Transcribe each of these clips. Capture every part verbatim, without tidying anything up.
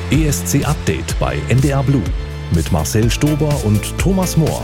E S C Update bei N D R Blue mit Marcel Stober und Thomas Mohr.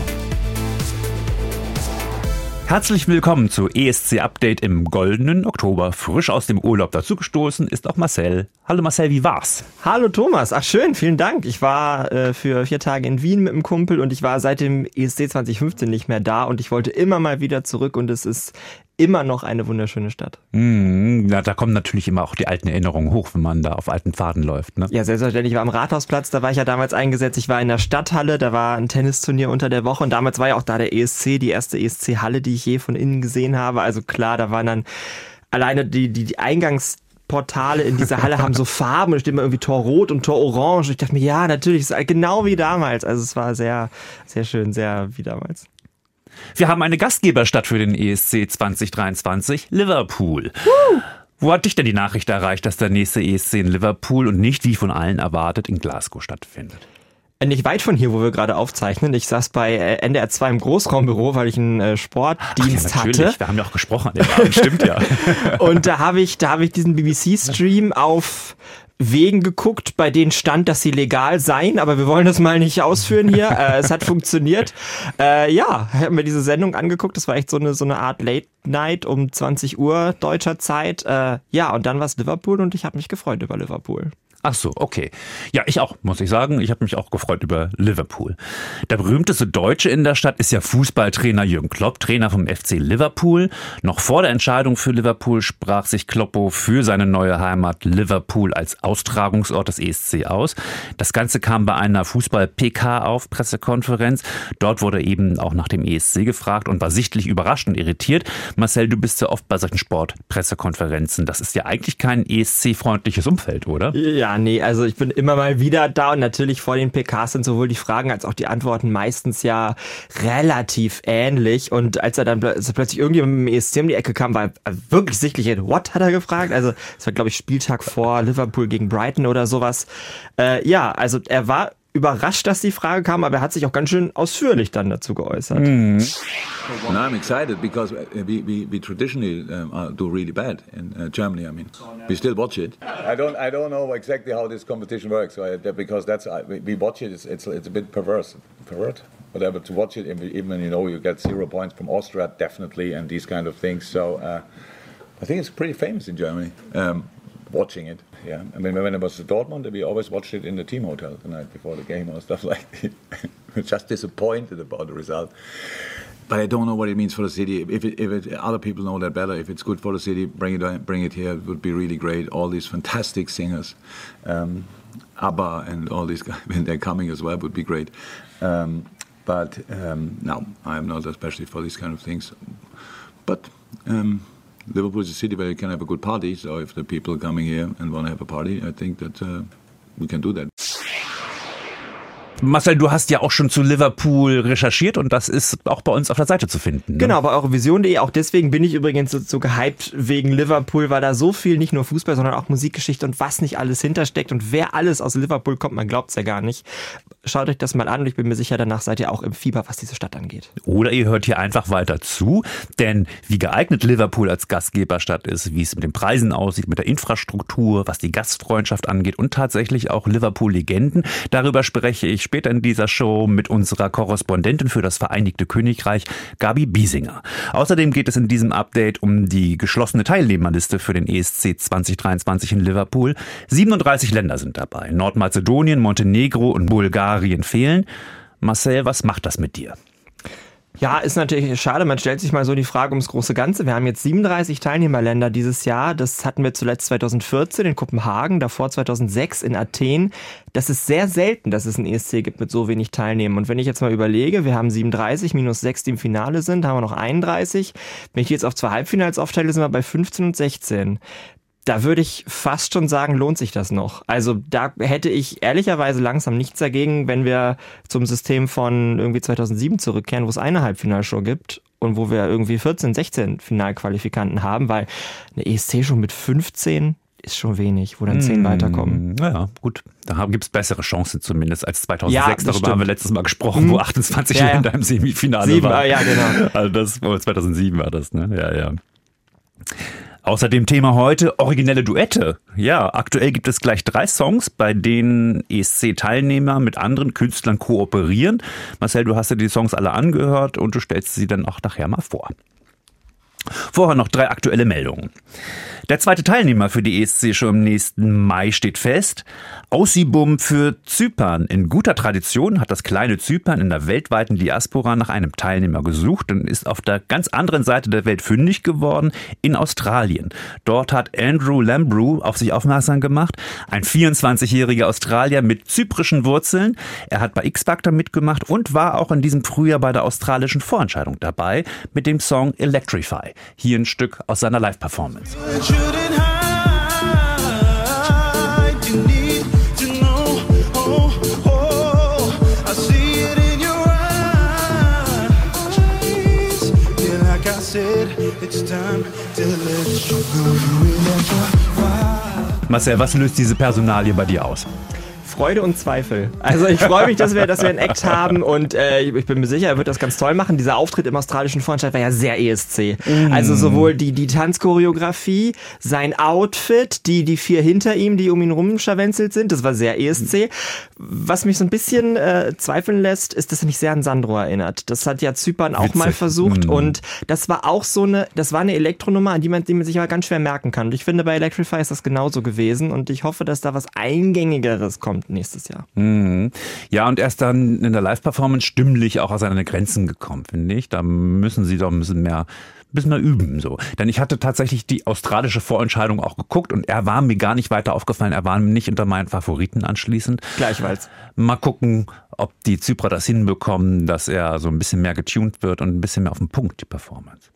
Herzlich willkommen zu E S C Update im goldenen Oktober. Frisch aus dem Urlaub dazugestoßen ist auch Marcel. Hallo Marcel, wie war's? Hallo Thomas, ach schön, vielen Dank. Ich war äh, für vier Tage in Wien mit einem Kumpel und ich war seit dem E S C zwanzig fünfzehn nicht mehr da und ich wollte immer mal wieder zurück und es ist immer noch eine wunderschöne Stadt. Mm, na, da kommen natürlich immer auch die alten Erinnerungen hoch, wenn man da auf alten Pfaden läuft, ne? Ja, selbstverständlich. Ich war am Rathausplatz, da war ich ja damals eingesetzt. Ich war in der Stadthalle, da war ein Tennisturnier unter der Woche und damals war ja auch da der E S C, die erste E S C-Halle, die ich je von innen gesehen habe. Also klar, da waren dann alleine die, die, die Eingangs Portale in dieser Halle haben so Farben, da steht immer irgendwie Tor Rot und Tor Orange. Ich dachte mir, ja, natürlich, es ist genau wie damals. Also es war sehr, sehr schön, sehr wie damals. Wir haben eine Gastgeberstadt für den E S C zwanzig dreiundzwanzig, Liverpool. Uh. Wo hat dich denn die Nachricht erreicht, dass der nächste E S C in Liverpool und nicht, wie von allen erwartet, in Glasgow stattfindet? Nicht weit von hier, wo wir gerade aufzeichnen. Ich saß bei N D R zwei im Großraumbüro, weil ich einen äh, Sportdienst Ach ja, natürlich. hatte. Wir haben ja auch gesprochen an dem Abend, stimmt ja. Und da habe ich, da habe ich diesen B B C-Stream auf Wegen geguckt, bei denen stand, dass sie legal seien, aber wir wollen das mal nicht ausführen hier. äh, es hat funktioniert. Äh, ja, haben wir diese Sendung angeguckt. Das war echt so eine so eine Art Late Night um zwanzig Uhr deutscher Zeit. Äh, ja, und dann war es Liverpool und ich habe mich gefreut über Liverpool. Ach so, okay. Ja, ich auch, muss ich sagen. Ich habe mich auch gefreut über Liverpool. Der berühmteste Deutsche in der Stadt ist ja Fußballtrainer Jürgen Klopp, Trainer vom F C Liverpool. Noch vor der Entscheidung für Liverpool sprach sich Kloppo für seine neue Heimat Liverpool als Austragungsort des E S C aus. Das Ganze kam bei einer Fußball-P K auf, Pressekonferenz. Dort wurde eben auch nach dem E S C gefragt und war sichtlich überrascht und irritiert. Marcel, du bist ja oft bei solchen Sportpressekonferenzen. Das ist ja eigentlich kein E S C-freundliches Umfeld, oder? Ja. Nee, also ich bin immer mal wieder da und natürlich vor den P Ks sind sowohl die Fragen als auch die Antworten meistens ja relativ ähnlich und als er dann pl- also plötzlich irgendjemand mit dem E S C um die Ecke kam, war wirklich sichtlich, what hat er gefragt? Also es war glaube ich Spieltag vor Liverpool gegen Brighton oder sowas. Äh, ja, also er war überrascht, dass die Frage kam, aber er hat sich auch ganz schön ausführlich dann dazu geäußert. Mm. And I'm excited because we, we, we traditionally um, do really bad in uh, Germany. I mean, we still watch it. I don't I don't know exactly how this competition works so I, because that's I, we watch it. It's, it's it's a bit perverse, pervert, whatever. To watch it, even when you know you get zero points from Austria, definitely, and these kind of things. So uh, I think it's pretty famous in Germany. Um, watching it. Yeah, I mean, when it was at Dortmund, we always watched it in the team hotel the night before the game or stuff like that. We're just disappointed about the result. But I don't know what it means for the city. If it, if it, other people know that better, if it's good for the city, bring it bring it here. It would be really great. All these fantastic singers, um, ABBA and all these guys, when they're coming as well, would be great. Um, but um, no, I'm not especially for these kind of things. But um, Liverpool is a city where you can have a good party, so if the people are coming here and want to have a party, I think that uh, we can do that. Marcel, du hast ja auch schon zu Liverpool recherchiert und das ist auch bei uns auf der Seite zu finden. Ne? Genau, bei eurovision punkt de. Auch deswegen bin ich übrigens so, so gehypt wegen Liverpool, weil da so viel, nicht nur Fußball, sondern auch Musikgeschichte und was nicht alles hintersteckt und wer alles aus Liverpool kommt, man glaubt es ja gar nicht. Schaut euch das mal an und ich bin mir sicher, danach seid ihr auch im Fieber, was diese Stadt angeht. Oder ihr hört hier einfach weiter zu, denn wie geeignet Liverpool als Gastgeberstadt ist, wie es mit den Preisen aussieht, mit der Infrastruktur, was die Gastfreundschaft angeht und tatsächlich auch Liverpool-Legenden, darüber spreche ich später in dieser Show mit unserer Korrespondentin für das Vereinigte Königreich, Gabi Biesinger. Außerdem geht es in diesem Update um die geschlossene Teilnehmerliste für den E S C zwanzig dreiundzwanzig in Liverpool. siebenunddreißig Länder sind dabei. Nordmazedonien, Montenegro und Bulgarien fehlen. Marcel, was macht das mit dir? Ja, ist natürlich schade. Man stellt sich mal so die Frage ums große Ganze. Wir haben jetzt siebenunddreißig Teilnehmerländer dieses Jahr. Das hatten wir zuletzt zweitausendvierzehn in Kopenhagen, davor zweitausendsechs in Athen. Das ist sehr selten, dass es ein E S C gibt mit so wenig Teilnehmern. Und wenn ich jetzt mal überlege, wir haben siebenunddreißig minus sechs, die im Finale sind, haben wir noch einunddreißig. Wenn ich jetzt auf zwei Halbfinals aufteile, sind wir bei fünfzehn und sechzehn. Da würde ich fast schon sagen, lohnt sich das noch. Also da hätte ich ehrlicherweise langsam nichts dagegen, wenn wir zum System von irgendwie zweitausendsieben zurückkehren, wo es eine Halbfinalshow gibt und wo wir irgendwie vierzehn, sechzehn Finalqualifikanten haben, weil eine E S C-Show mit fünfzehn ist schon wenig, wo dann zehn mmh, weiterkommen. Ja, gut. Da gibt es bessere Chancen zumindest als zweitausendsechs. Ja, Darüber stimmt. haben wir letztes Mal gesprochen, wo achtundzwanzig ja, ja. Länder im Semifinale Sieben, waren. Ja, genau. Also das, zweitausendsieben war das, ne? Ja, ja. Außerdem Thema heute originelle Duette. Ja, aktuell gibt es gleich drei Songs, bei denen E S C-Teilnehmer mit anderen Künstlern kooperieren. Marcel, du hast dir die Songs alle angehört und du stellst sie dann auch nachher mal vor. Vorher noch drei aktuelle Meldungen. Der zweite Teilnehmer für die E S C-Show im nächsten Mai steht fest. Aussiebum für Zypern. In guter Tradition hat das kleine Zypern in der weltweiten Diaspora nach einem Teilnehmer gesucht und ist auf der ganz anderen Seite der Welt fündig geworden, in Australien. Dort hat Andrew Lambrew auf sich aufmerksam gemacht, ein vierundzwanzigjähriger Australier mit zyprischen Wurzeln. Er hat bei X-Factor mitgemacht und war auch in diesem Frühjahr bei der australischen Vorentscheidung dabei mit dem Song Electrify. Hier ein Stück aus seiner Live-Performance. Marcel, was löst diese Personalie bei dir aus? Freude und Zweifel. Also ich freue mich, dass wir, dass wir einen Act haben und äh, ich bin mir sicher, er wird das ganz toll machen. Dieser Auftritt im australischen Vorentscheid war ja sehr E S C. Mm. Also sowohl die, die Tanzchoreografie, sein Outfit, die, die vier hinter ihm, die um ihn rumscharwenzelt sind, das war sehr E S C. Was mich so ein bisschen äh, zweifeln lässt, ist, dass er mich sehr an Sandro erinnert. Das hat ja Zypern auch Witzig. mal versucht mm. und das war auch so eine, das war eine Elektronummer, an die man, die man sich aber ganz schwer merken kann. Und ich finde, bei Electrify ist das genauso gewesen und ich hoffe, dass da was Eingängigeres kommt nächstes Jahr. Mhm. Ja, und er ist dann in der Live-Performance stimmlich auch an seine Grenzen gekommen, finde ich. Da müssen sie doch ein bisschen mehr, ein bisschen mehr üben. So. Denn ich hatte tatsächlich die australische Vorentscheidung auch geguckt und er war mir gar nicht weiter aufgefallen. Er war nicht unter meinen Favoriten anschließend. Gleichfalls. Mal gucken, ob die Zyprer das hinbekommen, dass er so ein bisschen mehr getuned wird und ein bisschen mehr auf den Punkt, die Performance.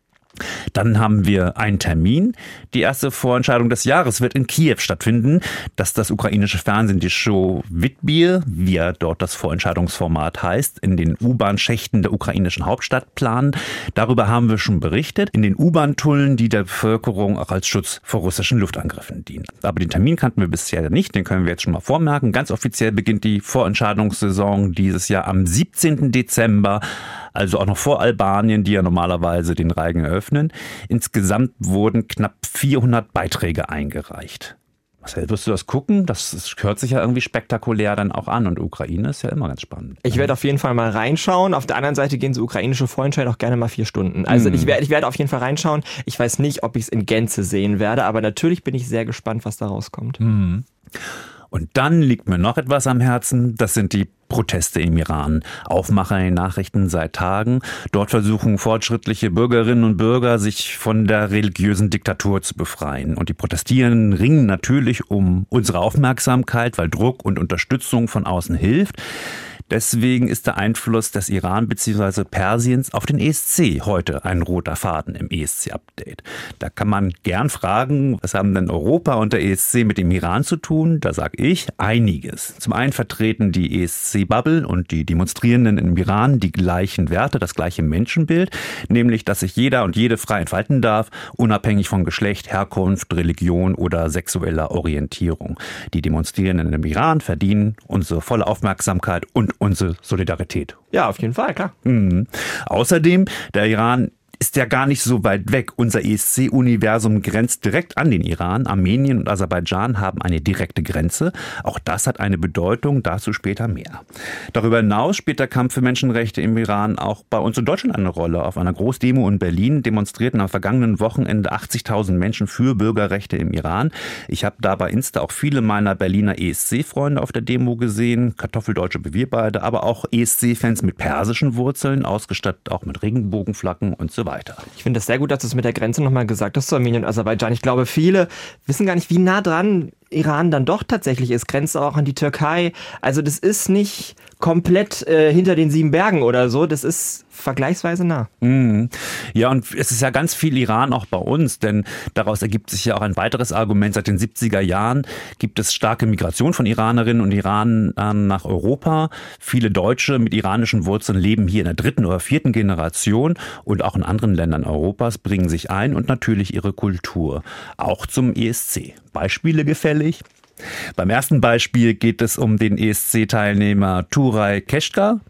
Dann haben wir einen Termin. Die erste Vorentscheidung des Jahres wird in Kiew stattfinden. Dass das ukrainische Fernsehen die Show Witbier, wie ja dort das Vorentscheidungsformat heißt, in den U-Bahn-Schächten der ukrainischen Hauptstadt planen. Darüber haben wir schon berichtet. In den U-Bahn-Tunneln, die der Bevölkerung auch als Schutz vor russischen Luftangriffen dienen. Aber den Termin kannten wir bisher nicht. Den können wir jetzt schon mal vormerken. Ganz offiziell beginnt die Vorentscheidungssaison dieses Jahr am siebzehnten Dezember. Also auch noch vor Albanien, die ja normalerweise den Reigen eröffnen. Insgesamt wurden knapp vierhundert Beiträge eingereicht. Marcel, wirst du das gucken? Das hört sich ja irgendwie spektakulär dann auch an und Ukraine ist ja immer ganz spannend. Ich werde auf jeden Fall mal reinschauen. Auf der anderen Seite gehen so ukrainische Vorentscheid auch gerne mal vier Stunden. Also mm. ich, werde, ich werde auf jeden Fall reinschauen. Ich weiß nicht, ob ich es in Gänze sehen werde, aber natürlich bin ich sehr gespannt, was da rauskommt. Mm. Und dann liegt mir noch etwas am Herzen, das sind die Proteste im Iran. Aufmacher in den Nachrichten seit Tagen. Dort versuchen fortschrittliche Bürgerinnen und Bürger, sich von der religiösen Diktatur zu befreien. Und die Protestierenden ringen natürlich um unsere Aufmerksamkeit, weil Druck und Unterstützung von außen hilft. Deswegen ist der Einfluss des Iran bzw. Persiens auf den E S C heute ein roter Faden im E S C-Update. Da kann man gern fragen, was haben denn Europa und der E S C mit dem Iran zu tun? Da sage ich einiges. Zum einen vertreten die E S C-Bubble und die Demonstrierenden im Iran die gleichen Werte, das gleiche Menschenbild, nämlich, dass sich jeder und jede frei entfalten darf, unabhängig von Geschlecht, Herkunft, Religion oder sexueller Orientierung. Die Demonstrierenden im Iran verdienen unsere volle Aufmerksamkeit und unsere Solidarität. Ja, auf jeden Fall, klar. Mhm. Außerdem, der Iran ist ja gar nicht so weit weg. Unser E S C-Universum grenzt direkt an den Iran. Armenien und Aserbaidschan haben eine direkte Grenze. Auch das hat eine Bedeutung, dazu später mehr. Darüber hinaus spielt der Kampf für Menschenrechte im Iran auch bei uns in Deutschland eine Rolle. Auf einer Großdemo in Berlin demonstrierten am vergangenen Wochenende achtzigtausend Menschen für Bürgerrechte im Iran. Ich habe da bei Insta auch viele meiner Berliner E S C-Freunde auf der Demo gesehen. Kartoffeldeutsche wie wir beide, aber auch E S C-Fans mit persischen Wurzeln, ausgestattet auch mit Regenbogenflaggen und so weiter. Ich finde das sehr gut, dass du es mit der Grenze nochmal gesagt hast zu Armenien und Aserbaidschan. Ich glaube, viele wissen gar nicht, wie nah dran Iran dann doch tatsächlich ist. Grenzt auch an die Türkei. Also das ist nicht komplett äh, hinter den sieben Bergen oder so. Das ist vergleichsweise nah. Mm. Ja, und es ist ja ganz viel Iran auch bei uns, denn daraus ergibt sich ja auch ein weiteres Argument. Seit den siebziger Jahren gibt es starke Migration von Iranerinnen und Iranern nach Europa. Viele Deutsche mit iranischen Wurzeln leben hier in der dritten oder vierten Generation und auch in anderen Ländern Europas, bringen sich ein und natürlich ihre Kultur. Auch zum E S C. Beispiele gefällig? Beim ersten Beispiel geht es um den E S C-Teilnehmer Turay Keşka.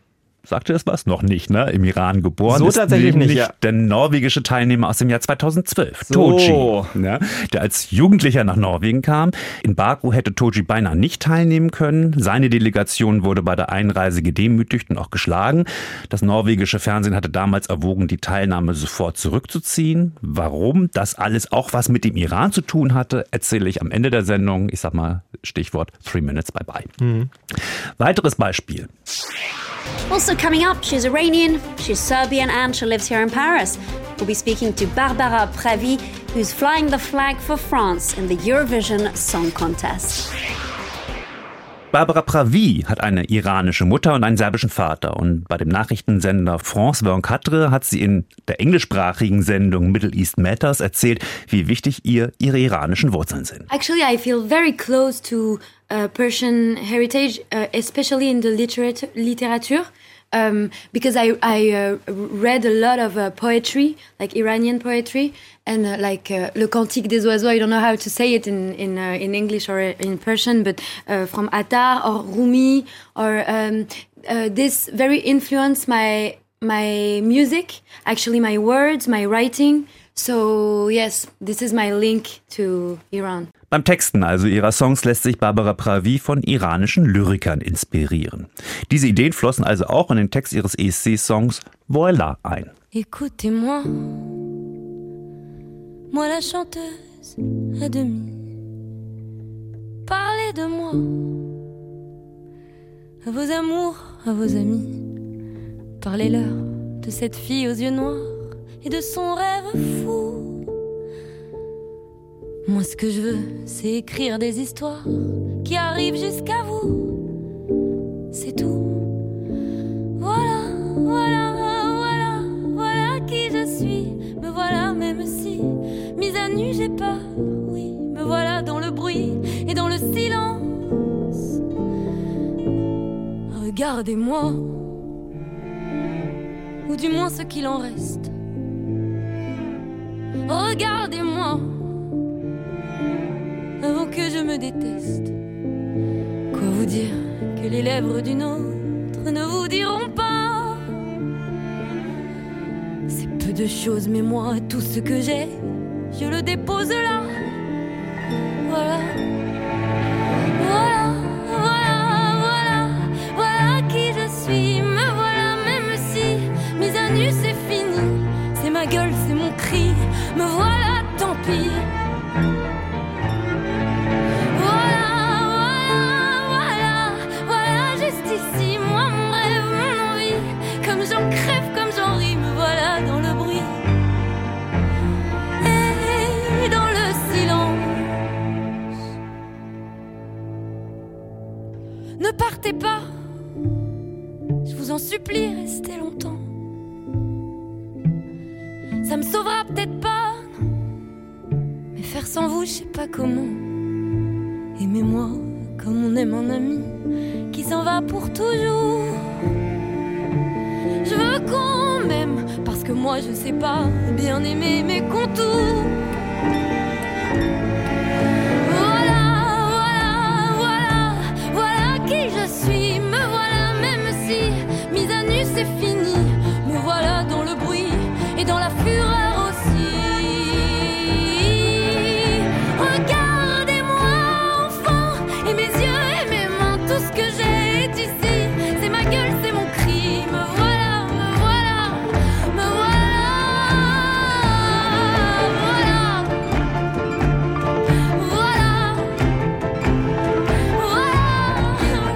Sagt ihr das was? Noch nicht, ne? Im Iran geboren. So ist tatsächlich nicht, ja. Der norwegische Teilnehmer aus dem Jahr zweitausendzwölf, So. Tooji, ja, der als Jugendlicher nach Norwegen kam. In Baku hätte Tooji beinahe nicht teilnehmen können. Seine Delegation wurde bei der Einreise gedemütigt und auch geschlagen. Das norwegische Fernsehen hatte damals erwogen, die Teilnahme sofort zurückzuziehen. Warum das alles auch was mit dem Iran zu tun hatte, erzähle ich am Ende der Sendung. Ich sag mal Stichwort Three Minutes Bye Bye. Mhm. Weiteres Beispiel. Also coming up, she's Iranian, she's Serbian and she lives here in Paris. We'll be speaking to Barbara Pravi, who's flying the flag for France in the Eurovision Song Contest. Barbara Pravi hat eine iranische Mutter und einen serbischen Vater. Und bei dem Nachrichtensender France vingt-quatre hat sie in der englischsprachigen Sendung Middle East Matters erzählt, wie wichtig ihr ihre iranischen Wurzeln sind. Actually, I feel very close to uh, Persian heritage, uh, especially in the literature. literature. Um, because I, I uh, read a lot of uh, poetry, like Iranian poetry, and uh, like uh, Le Cantique des Oiseaux. I don't know how to say it in in, uh, in English or in Persian, but uh, from Attar or Rumi, or um, uh, this very influenced my my music, actually my words, my writing. So yes, this is my link to Iran. Beim Texten also ihrer Songs lässt sich Barbara Pravi von iranischen Lyrikern inspirieren. Diese Ideen flossen also auch in den Text ihres E S C-Songs Voilà ein. Écoutez-moi, moi la chanteuse à demi. Parlez de moi, à vos amours, à vos amis. Parlez-leur de cette fille aux yeux noirs et de son rêve fou. Moi, ce que je veux, c'est écrire des histoires qui arrivent jusqu'à vous. C'est tout. Voilà, voilà, voilà, voilà qui je suis. Me voilà, même si, mise à nu, j'ai peur. Oui, me voilà dans le bruit et dans le silence. Regardez-moi, ou du moins ce qu'il en reste. Regardez-moi, avant que je me déteste. Quoi vous dire que les lèvres d'une autre ne vous diront pas? C'est peu de choses, mais moi, tout ce que j'ai, je le dépose là. Voilà. Voilà, voilà, voilà, voilà qui je suis. Me voilà, même si mise à nu c'est fini. C'est ma gueule, c'est mon cri. Me voilà, tant pis. Ici, moi, mon rêve, mon envie, comme j'en crève, comme j'en ris, me voilà dans le bruit et dans le silence. Ne partez pas, je vous en supplie, restez longtemps. Ça me sauvera peut-être pas, mais faire sans vous, je sais pas comment. Aimez-moi comme on aime un ami qui s'en va pour toujours. Je veux qu'on m'aime, parce que moi je sais pas bien aimer mes contours. Voilà, voilà, voilà, voilà qui je suis. Me voilà, même si mise à nu c'est fini. Me voilà dans le bruit et dans la fureur aussi. Regardez-moi enfant, et mes yeux et mes mains, tout ce que j'ai est ici. C'est ma gueule, c'est mon cri. Me voilà, me voilà, me voilà. Voilà, voilà, voilà,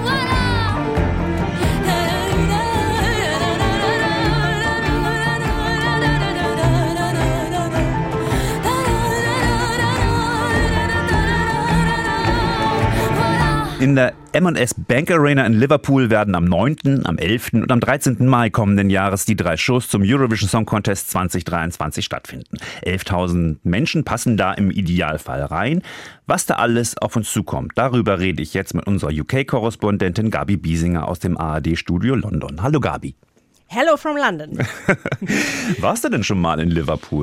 In der M und S Bank Arena in Liverpool werden am neunten, am elften und am dreizehnten Mai kommenden Jahres die drei Shows zum Eurovision Song Contest zwanzig dreiundzwanzig stattfinden. elftausend Menschen passen da im Idealfall rein. Was da alles auf uns zukommt, darüber rede ich jetzt mit unserer U K-Korrespondentin Gabi Biesinger aus dem A R D-Studio London. Hallo Gabi. Hello from London. Warst du denn schon mal in Liverpool?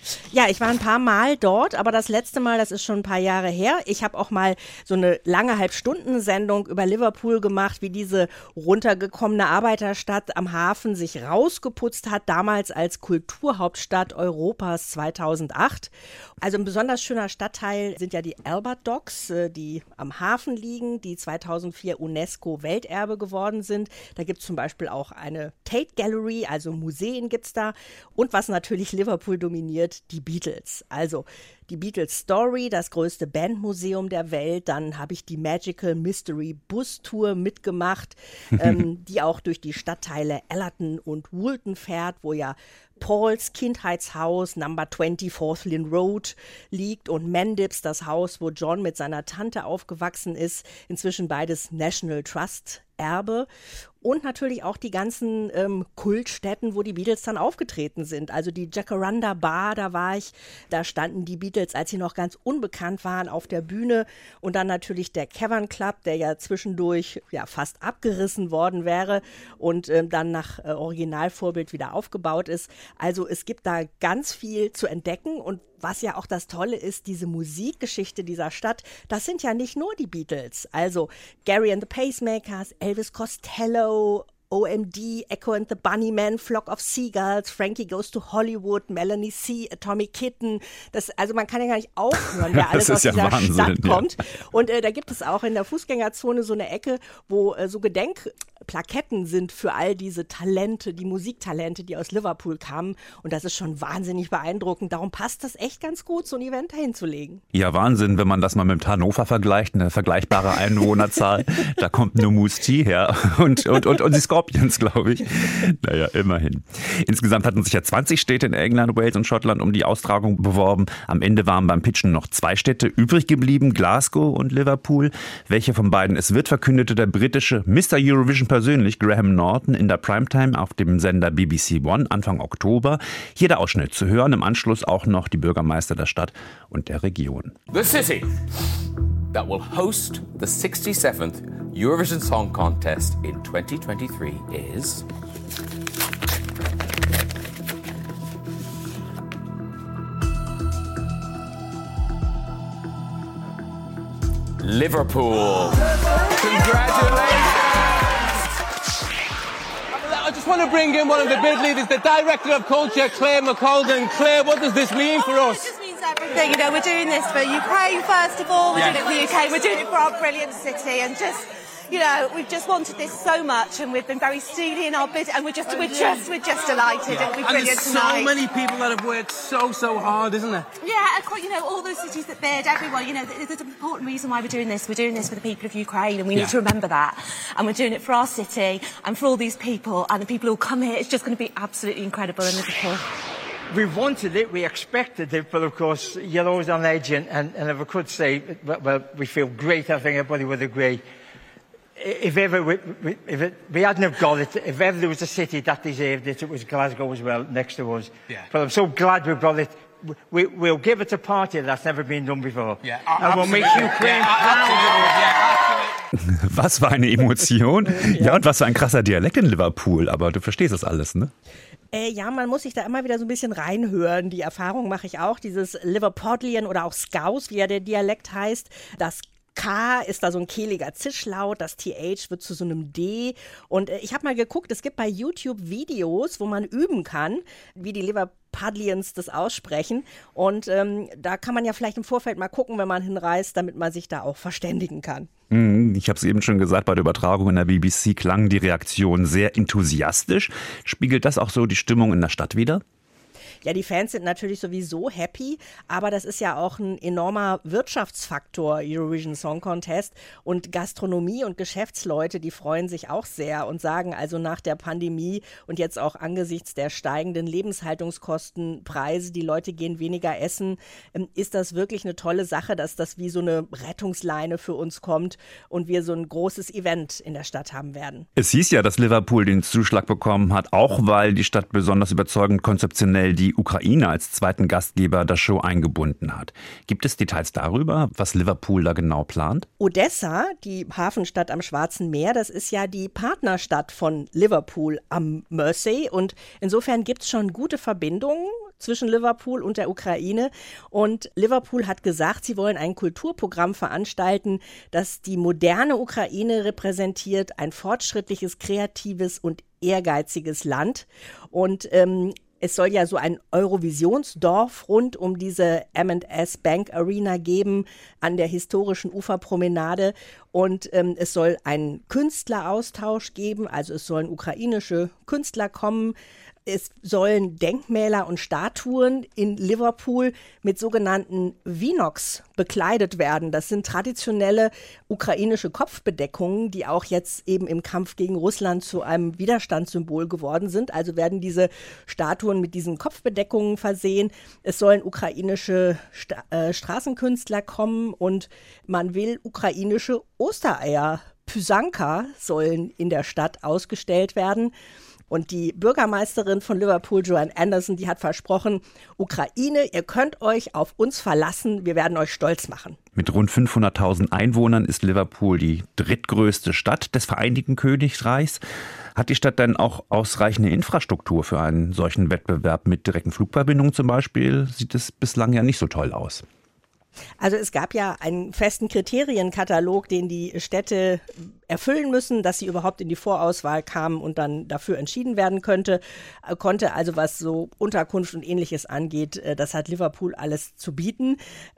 Ja, ich war ein paar Mal dort, aber das letzte Mal, das ist schon ein paar Jahre her. Ich habe auch mal so eine lange Halbstunden-Sendung über Liverpool gemacht, wie diese runtergekommene Arbeiterstadt am Hafen sich rausgeputzt hat, damals als Kulturhauptstadt Europas zweitausendacht. Also ein besonders schöner Stadtteil sind ja die Albert Docks, die am Hafen liegen, die zweitausendvier UNESCO-Welterbe geworden sind. Da gibt es zum Beispiel auch eine Tate Gallery, also Museen gibt es da. Und was natürlich Liverpool dominiert, die Beatles. Also die Beatles Story, das größte Bandmuseum der Welt. Dann habe ich die Magical Mystery Bus Tour mitgemacht, ähm, die auch durch die Stadtteile Allerton und Woolton fährt, wo ja Pauls Kindheitshaus Number vierundzwanzig Lynn Road liegt und Mendips, das Haus, wo John mit seiner Tante aufgewachsen ist. Inzwischen beides National Trust Erbe. Und natürlich auch die ganzen ähm, Kultstätten, wo die Beatles dann aufgetreten sind. Also die Jacaranda Bar, da war ich, da standen die Beatles, als sie noch ganz unbekannt waren, auf der Bühne. Und dann natürlich der Cavern Club, der ja zwischendurch ja fast abgerissen worden wäre und ähm, dann nach äh, Originalvorbild wieder aufgebaut ist. Also es gibt da ganz viel zu entdecken und was ja auch das Tolle ist, diese Musikgeschichte dieser Stadt, das sind ja nicht nur die Beatles. Also Gary and the Pacemakers, Elvis Costello, O M D, Echo and the Bunnymen, Flock of Seagulls, Frankie Goes to Hollywood, Melanie C., Atomic Kitten. Das, also man kann ja gar nicht aufhören, wer alles aus ja dieser Wahnsinn, Stadt kommt. Ja. Und äh, da gibt es auch in der Fußgängerzone so eine Ecke, wo äh, so Gedenkplaketten sind für all diese Talente, die Musiktalente, die aus Liverpool kamen. Und das ist schon wahnsinnig beeindruckend. Darum passt das echt ganz gut, so ein Event dahin zu legen. Ja, Wahnsinn, wenn man das mal mit Hannover vergleicht, eine vergleichbare Einwohnerzahl. Da kommt nur Moose Tea her und, und, und, und die Scorpions, glaube ich. Naja, immerhin. Insgesamt hatten sich ja zwanzig Städte in England, Wales und Schottland um die Austragung beworben. Am Ende waren beim Pitchen noch zwei Städte übrig geblieben, Glasgow und Liverpool. Welche von beiden es wird, verkündete der britische Mister Eurovision persönlich, Graham Norton, in der Primetime auf dem Sender B B C One Anfang Oktober. Hier der Ausschnitt zu hören, im Anschluss auch noch die Bürgermeister der Stadt und der Region. The city that will host the sixty-seventh Eurovision Song Contest in twenty twenty-three is Liverpool. Congratulations! I just want to bring in one of the bid leaders, the Director of Culture, Claire McColgan. Claire, what does this mean for us? It just means everything. You know, we're doing this for Ukraine, first of all. We're yeah. doing it for the U K. We're doing it for our brilliant city. And just, you know, we've just wanted this so much. And we've been very steely in our bid. And we're just, we're just, we're just delighted. Yeah. It'll be brilliant and there's tonight. so many people that have worked so, so hard, isn't there? Yeah, you know, all those cities that bid, everyone, you know, there's an important reason why we're doing this. We're doing this for the people of Ukraine, and we yeah. need to remember that. And we're doing it for our city and for all these people and the people who come here. It's just going to be absolutely incredible in Liverpool. We wanted it, we expected it, but of course, you're always on edge, and, and, and if I could say, well, we feel great, I think everybody would agree. If ever we, if it, we hadn't have got it, if ever there was a city that deserved it, it was Glasgow as well, next to us. Yeah. But I'm so glad we brought it. We, we'll give it a party that's never been done before. Yeah, and we'll make Ukraine proud. Was für eine Emotion. Ja, und was für ein krasser Dialekt in Liverpool. Aber du verstehst das alles, ne? Äh, ja, man muss sich da immer wieder so ein bisschen reinhören. Die Erfahrung mache ich auch. Dieses Liverpudlian oder auch Scouse, wie ja der Dialekt heißt. Das K ist da so ein kehliger Zischlaut, das T H wird zu so einem D. Und äh, ich habe mal geguckt, es gibt bei YouTube Videos, wo man üben kann, wie die Liverpudlians das aussprechen. Und ähm, da kann man ja vielleicht im Vorfeld mal gucken, wenn man hinreist, damit man sich da auch verständigen kann. Ich habe es eben schon gesagt, bei der Übertragung in der B B C klang die Reaktion sehr enthusiastisch. Spiegelt das auch so die Stimmung in der Stadt wider? Ja, die Fans sind natürlich sowieso happy, aber das ist ja auch ein enormer Wirtschaftsfaktor, Eurovision Song Contest. Und Gastronomie und Geschäftsleute, die freuen sich auch sehr und sagen also nach der Pandemie und jetzt auch angesichts der steigenden Lebenshaltungskosten, Preise, die Leute gehen weniger essen, ist das wirklich eine tolle Sache, dass das wie so eine Rettungsleine für uns kommt und wir so ein großes Event in der Stadt haben werden. Es hieß ja, dass Liverpool den Zuschlag bekommen hat, auch weil die Stadt besonders überzeugend konzeptionell die Ukraine als zweiten Gastgeber der Show eingebunden hat. Gibt es Details darüber, was Liverpool da genau plant? Odessa, die Hafenstadt am Schwarzen Meer, das ist ja die Partnerstadt von Liverpool am Mersey und insofern gibt es schon gute Verbindungen zwischen Liverpool und der Ukraine. Und Liverpool hat gesagt, sie wollen ein Kulturprogramm veranstalten, das die moderne Ukraine repräsentiert, ein fortschrittliches, kreatives und ehrgeiziges Land. Und ähm, es soll ja so ein Eurovisionsdorf rund um diese M und S Bank Arena geben an der historischen Uferpromenade. Und ähm, es soll einen Künstleraustausch geben, also es sollen ukrainische Künstler kommen. Es sollen Denkmäler und Statuen in Liverpool mit sogenannten Winox bekleidet werden. Das sind traditionelle ukrainische Kopfbedeckungen, die auch jetzt eben im Kampf gegen Russland zu einem Widerstandssymbol geworden sind. Also werden diese Statuen mit diesen Kopfbedeckungen versehen. Es sollen ukrainische Sta- äh, Straßenkünstler kommen und man will ukrainische Ostereier, Pysanka, sollen in der Stadt ausgestellt werden. Und die Bürgermeisterin von Liverpool, Joanne Anderson, die hat versprochen, Ukraine, ihr könnt euch auf uns verlassen, wir werden euch stolz machen. Mit rund fünfhunderttausend Einwohnern ist Liverpool die drittgrößte Stadt des Vereinigten Königreichs. Hat die Stadt denn auch ausreichende Infrastruktur für einen solchen Wettbewerb mit direkten Flugverbindungen zum Beispiel? Sieht es bislang ja nicht so toll aus. Also es gab ja einen festen Kriterienkatalog, den die Städte erfüllen müssen, dass sie überhaupt in die Vorauswahl kamen und dann dafür entschieden werden könnte, konnte. Also was so Unterkunft und Ähnliches angeht, das hat Liverpool alles zu bieten.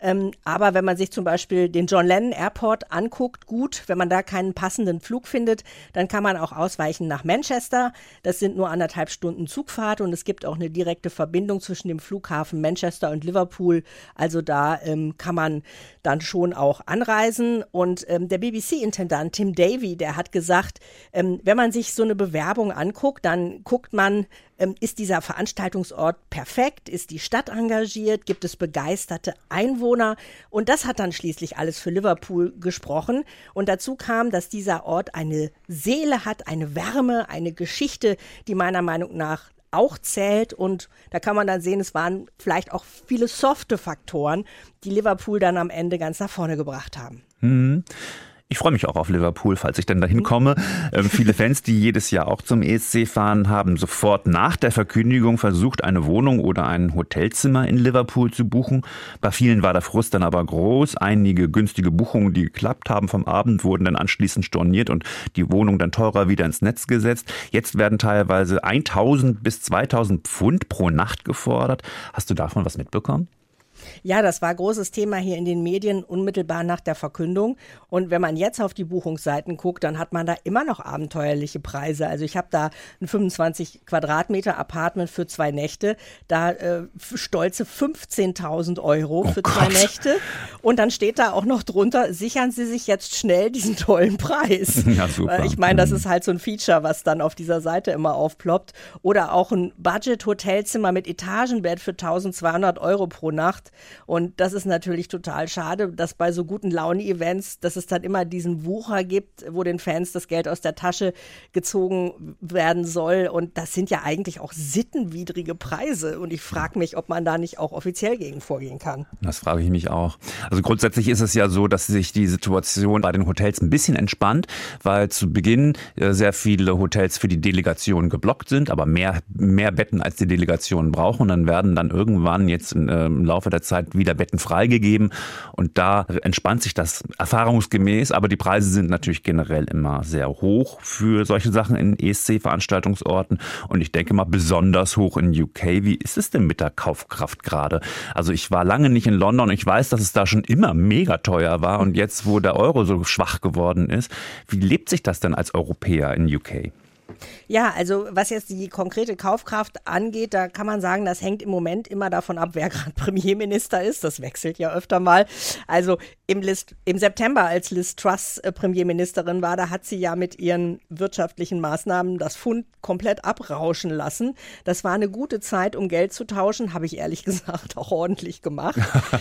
Aber wenn man sich zum Beispiel den John Lennon Airport anguckt, gut, wenn man da keinen passenden Flug findet, dann kann man auch ausweichen nach Manchester. Das sind nur anderthalb Stunden Zugfahrt und es gibt auch eine direkte Verbindung zwischen dem Flughafen Manchester und Liverpool. Also da ähm, kann man dann schon auch anreisen. Und ähm, der B B C-Intendant Tim Davie, der hat gesagt, ähm, wenn man sich so eine Bewerbung anguckt, dann guckt man, ähm, ist dieser Veranstaltungsort perfekt? Ist die Stadt engagiert? Gibt es begeisterte Einwohner? Und das hat dann schließlich alles für Liverpool gesprochen. Und dazu kam, dass dieser Ort eine Seele hat, eine Wärme, eine Geschichte, die meiner Meinung nach auch zählt. Und da kann man dann sehen, es waren vielleicht auch viele softe Faktoren, die Liverpool dann am Ende ganz nach vorne gebracht haben. Hm. Ich freue mich auch auf Liverpool, falls ich dann dahin komme. Ähm, viele Fans, die jedes Jahr auch zum E S C fahren, haben sofort nach der Verkündigung versucht, eine Wohnung oder ein Hotelzimmer in Liverpool zu buchen. Bei vielen war der Frust dann aber groß. Einige günstige Buchungen, die geklappt haben vom Abend, wurden dann anschließend storniert und die Wohnung dann teurer wieder ins Netz gesetzt. Jetzt werden teilweise tausend bis zweitausend Pfund pro Nacht gefordert. Hast du davon was mitbekommen? Ja, das war großes Thema hier in den Medien unmittelbar nach der Verkündung. Und wenn man jetzt auf die Buchungsseiten guckt, dann hat man da immer noch abenteuerliche Preise. Also ich habe da ein fünfundzwanzig Quadratmeter Apartment für zwei Nächte, da äh, stolze fünfzehntausend Euro für oh zwei Gott. Nächte. Und dann steht da auch noch drunter, sichern Sie sich jetzt schnell diesen tollen Preis. Ja, super. Ich meine, das ist halt so ein Feature, was dann auf dieser Seite immer aufploppt. Oder auch ein Budget-Hotelzimmer mit Etagenbett für eintausendzweihundert Euro pro Nacht. Und das ist natürlich total schade, dass bei so guten Laune-Events, dass es dann immer diesen Wucher gibt, wo den Fans das Geld aus der Tasche gezogen werden soll. Und das sind ja eigentlich auch sittenwidrige Preise. Und ich frage mich, ob man da nicht auch offiziell gegen vorgehen kann. Das frage ich mich auch. Also grundsätzlich ist es ja so, dass sich die Situation bei den Hotels ein bisschen entspannt, weil zu Beginn sehr viele Hotels für die Delegation geblockt sind, aber mehr, mehr Betten als die Delegationen brauchen. Und dann werden dann irgendwann jetzt im Laufe der Zeit wieder Betten freigegeben und da entspannt sich das erfahrungsgemäß, aber die Preise sind natürlich generell immer sehr hoch für solche Sachen in E S C-Veranstaltungsorten und ich denke mal besonders hoch in U K. Wie ist es denn mit der Kaufkraft gerade? Also ich war lange nicht in London und ich weiß, dass es da schon immer mega teuer war und jetzt, wo der Euro so schwach geworden ist, wie lebt sich das denn als Europäer in U K? Ja, also was jetzt die konkrete Kaufkraft angeht, da kann man sagen, das hängt im Moment immer davon ab, wer gerade Premierminister ist. Das wechselt ja öfter mal. Also im, Liz, im September, als Liz Truss äh, Premierministerin war, da hat sie ja mit ihren wirtschaftlichen Maßnahmen das Pfund komplett abrauschen lassen. Das war eine gute Zeit, um Geld zu tauschen, habe ich ehrlich gesagt auch ordentlich gemacht.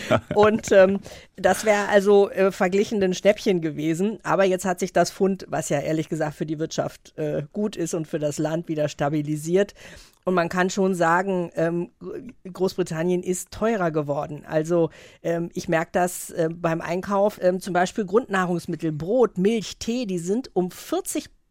Und ähm, das wäre also äh, verglichen ein Schnäppchen gewesen. Aber jetzt hat sich das Pfund, was ja ehrlich gesagt für die Wirtschaft äh, gut ist und für das Land wieder stabilisiert. Und man kann schon sagen, ähm, Großbritannien ist teurer geworden. Also ähm, ich merke das äh, beim Einkauf. Ähm, zum Beispiel Grundnahrungsmittel, Brot, Milch, Tee, die sind um vierzig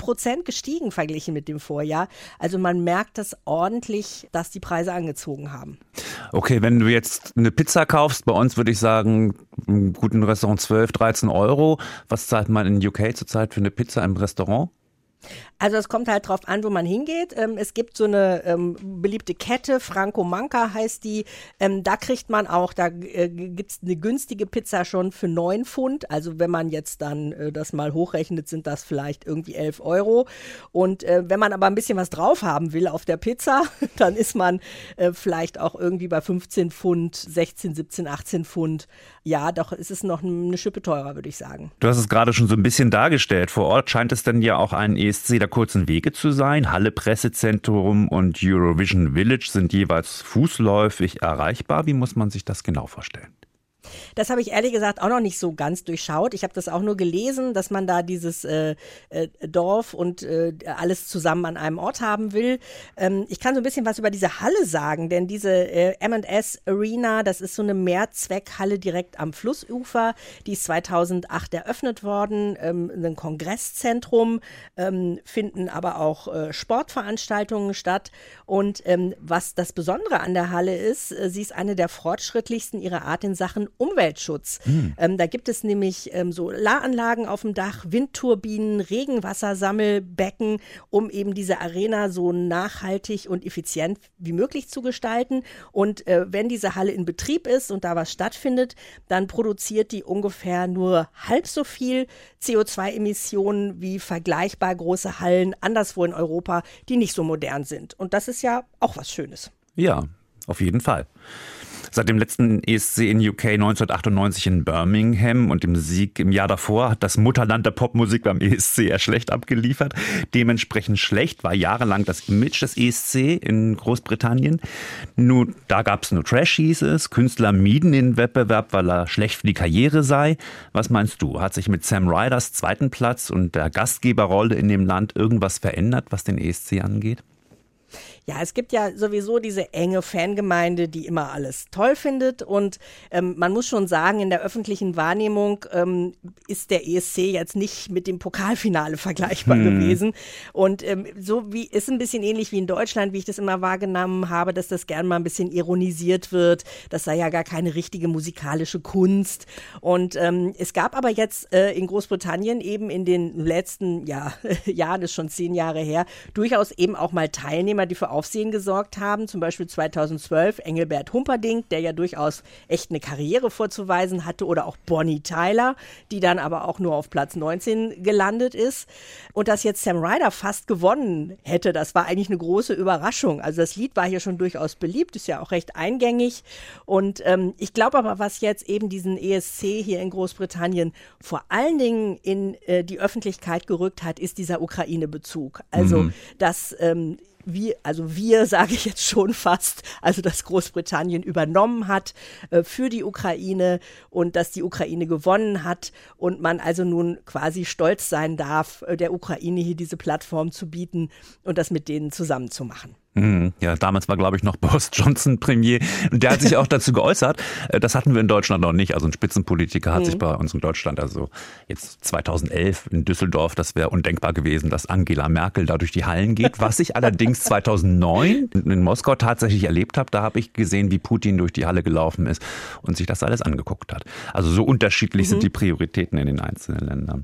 Prozent gestiegen verglichen mit dem Vorjahr. Also man merkt das ordentlich, dass die Preise angezogen haben. Okay, wenn du jetzt eine Pizza kaufst, bei uns würde ich sagen, im guten Restaurant zwölf, dreizehn Euro. Was zahlt man in U K zurzeit für eine Pizza im Restaurant? Also es kommt halt drauf an, wo man hingeht. Ähm, es gibt so eine ähm, beliebte Kette, Franco Manca heißt die. Ähm, da kriegt man auch, da äh, gibt es eine günstige Pizza schon für neun Pfund. Also wenn man jetzt dann äh, das mal hochrechnet, sind das vielleicht irgendwie elf Euro. Und äh, wenn man aber ein bisschen was drauf haben will auf der Pizza, dann ist man äh, vielleicht auch irgendwie bei fünfzehn Pfund, sechzehn, siebzehn, achtzehn Pfund. Ja, doch ist es noch eine Schippe teurer, würde ich sagen. Du hast es gerade schon so ein bisschen dargestellt. Vor Ort scheint es dann ja auch ein E S C der kurzen Wege zu sein. Halle Pressezentrum und Eurovision Village sind jeweils fußläufig erreichbar. Wie muss man sich das genau vorstellen? Das habe ich ehrlich gesagt auch noch nicht so ganz durchschaut. Ich habe das auch nur gelesen, dass man da dieses äh, äh, Dorf und äh, alles zusammen an einem Ort haben will. Ähm, ich kann so ein bisschen was über diese Halle sagen, denn diese äh, M and S Arena, das ist so eine Mehrzweckhalle direkt am Flussufer. Die ist zweitausendacht eröffnet worden, ähm, ein Kongresszentrum, ähm, finden aber auch äh, Sportveranstaltungen statt. Und ähm, was das Besondere an der Halle ist, äh, sie ist eine der fortschrittlichsten ihrer Art in Sachen Umweltschutz. Mhm. Ähm, da gibt es nämlich ähm, Solaranlagen auf dem Dach, Windturbinen, Regenwassersammelbecken, um eben diese Arena so nachhaltig und effizient wie möglich zu gestalten. Und äh, wenn diese Halle in Betrieb ist und da was stattfindet, dann produziert die ungefähr nur halb so viel C O zwei Emissionen wie vergleichbar große Hallen anderswo in Europa, die nicht so modern sind. Und das ist ja auch was Schönes. Ja, auf jeden Fall. Seit dem letzten E S C in U K neunzehnhundertachtundneunzig in Birmingham und dem Sieg im Jahr davor hat das Mutterland der Popmusik beim E S C eher schlecht abgeliefert. Dementsprechend schlecht war jahrelang das Image des E S C in Großbritannien. Nun, da gab es nur Trash, hieß es. Künstler mieden den Wettbewerb, weil er schlecht für die Karriere sei. Was meinst du? Hat sich mit Sam Ryders zweiten Platz und der Gastgeberrolle in dem Land irgendwas verändert, was den E S C angeht? Ja, es gibt ja sowieso diese enge Fangemeinde, die immer alles toll findet und ähm, man muss schon sagen, in der öffentlichen Wahrnehmung ähm, ist der E S C jetzt nicht mit dem Pokalfinale vergleichbar hm. gewesen und ähm, so wie ist ein bisschen ähnlich wie in Deutschland, wie ich das immer wahrgenommen habe, dass das gern mal ein bisschen ironisiert wird, das sei ja gar keine richtige musikalische Kunst und ähm, es gab aber jetzt äh, in Großbritannien eben in den letzten ja, Jahren, ist schon zehn Jahre her, durchaus eben auch mal Teilnehmer, die für Aufsehen gesorgt haben, zum Beispiel zweitausendzwölf Engelbert Humperdinck, der ja durchaus echt eine Karriere vorzuweisen hatte, oder auch Bonnie Tyler, die dann aber auch nur auf Platz neunzehn gelandet ist. Und dass jetzt Sam Ryder fast gewonnen hätte, das war eigentlich eine große Überraschung. Also das Lied war hier schon durchaus beliebt, ist ja auch recht eingängig. Und ähm, ich glaube aber, was jetzt eben diesen E S C hier in Großbritannien vor allen Dingen in äh, die Öffentlichkeit gerückt hat, ist dieser Ukraine-Bezug. Also mhm. dass ähm, Wir, also wir, sage ich jetzt schon fast, also dass Großbritannien übernommen hat äh, für die Ukraine und dass die Ukraine gewonnen hat und man also nun quasi stolz sein darf, äh, der Ukraine hier diese Plattform zu bieten und das mit denen zusammen zu machen. Ja, damals war, glaube ich, noch Boris Johnson Premier und der hat sich auch dazu geäußert. Das hatten wir in Deutschland noch nicht. Also ein Spitzenpolitiker hat mhm. sich bei uns in Deutschland, also jetzt zweitausendelf in Düsseldorf, das wäre undenkbar gewesen, dass Angela Merkel da durch die Hallen geht. Was ich allerdings zweitausendneun in Moskau tatsächlich erlebt habe, da habe ich gesehen, wie Putin durch die Halle gelaufen ist und sich das alles angeguckt hat. Also so unterschiedlich mhm. sind die Prioritäten in den einzelnen Ländern.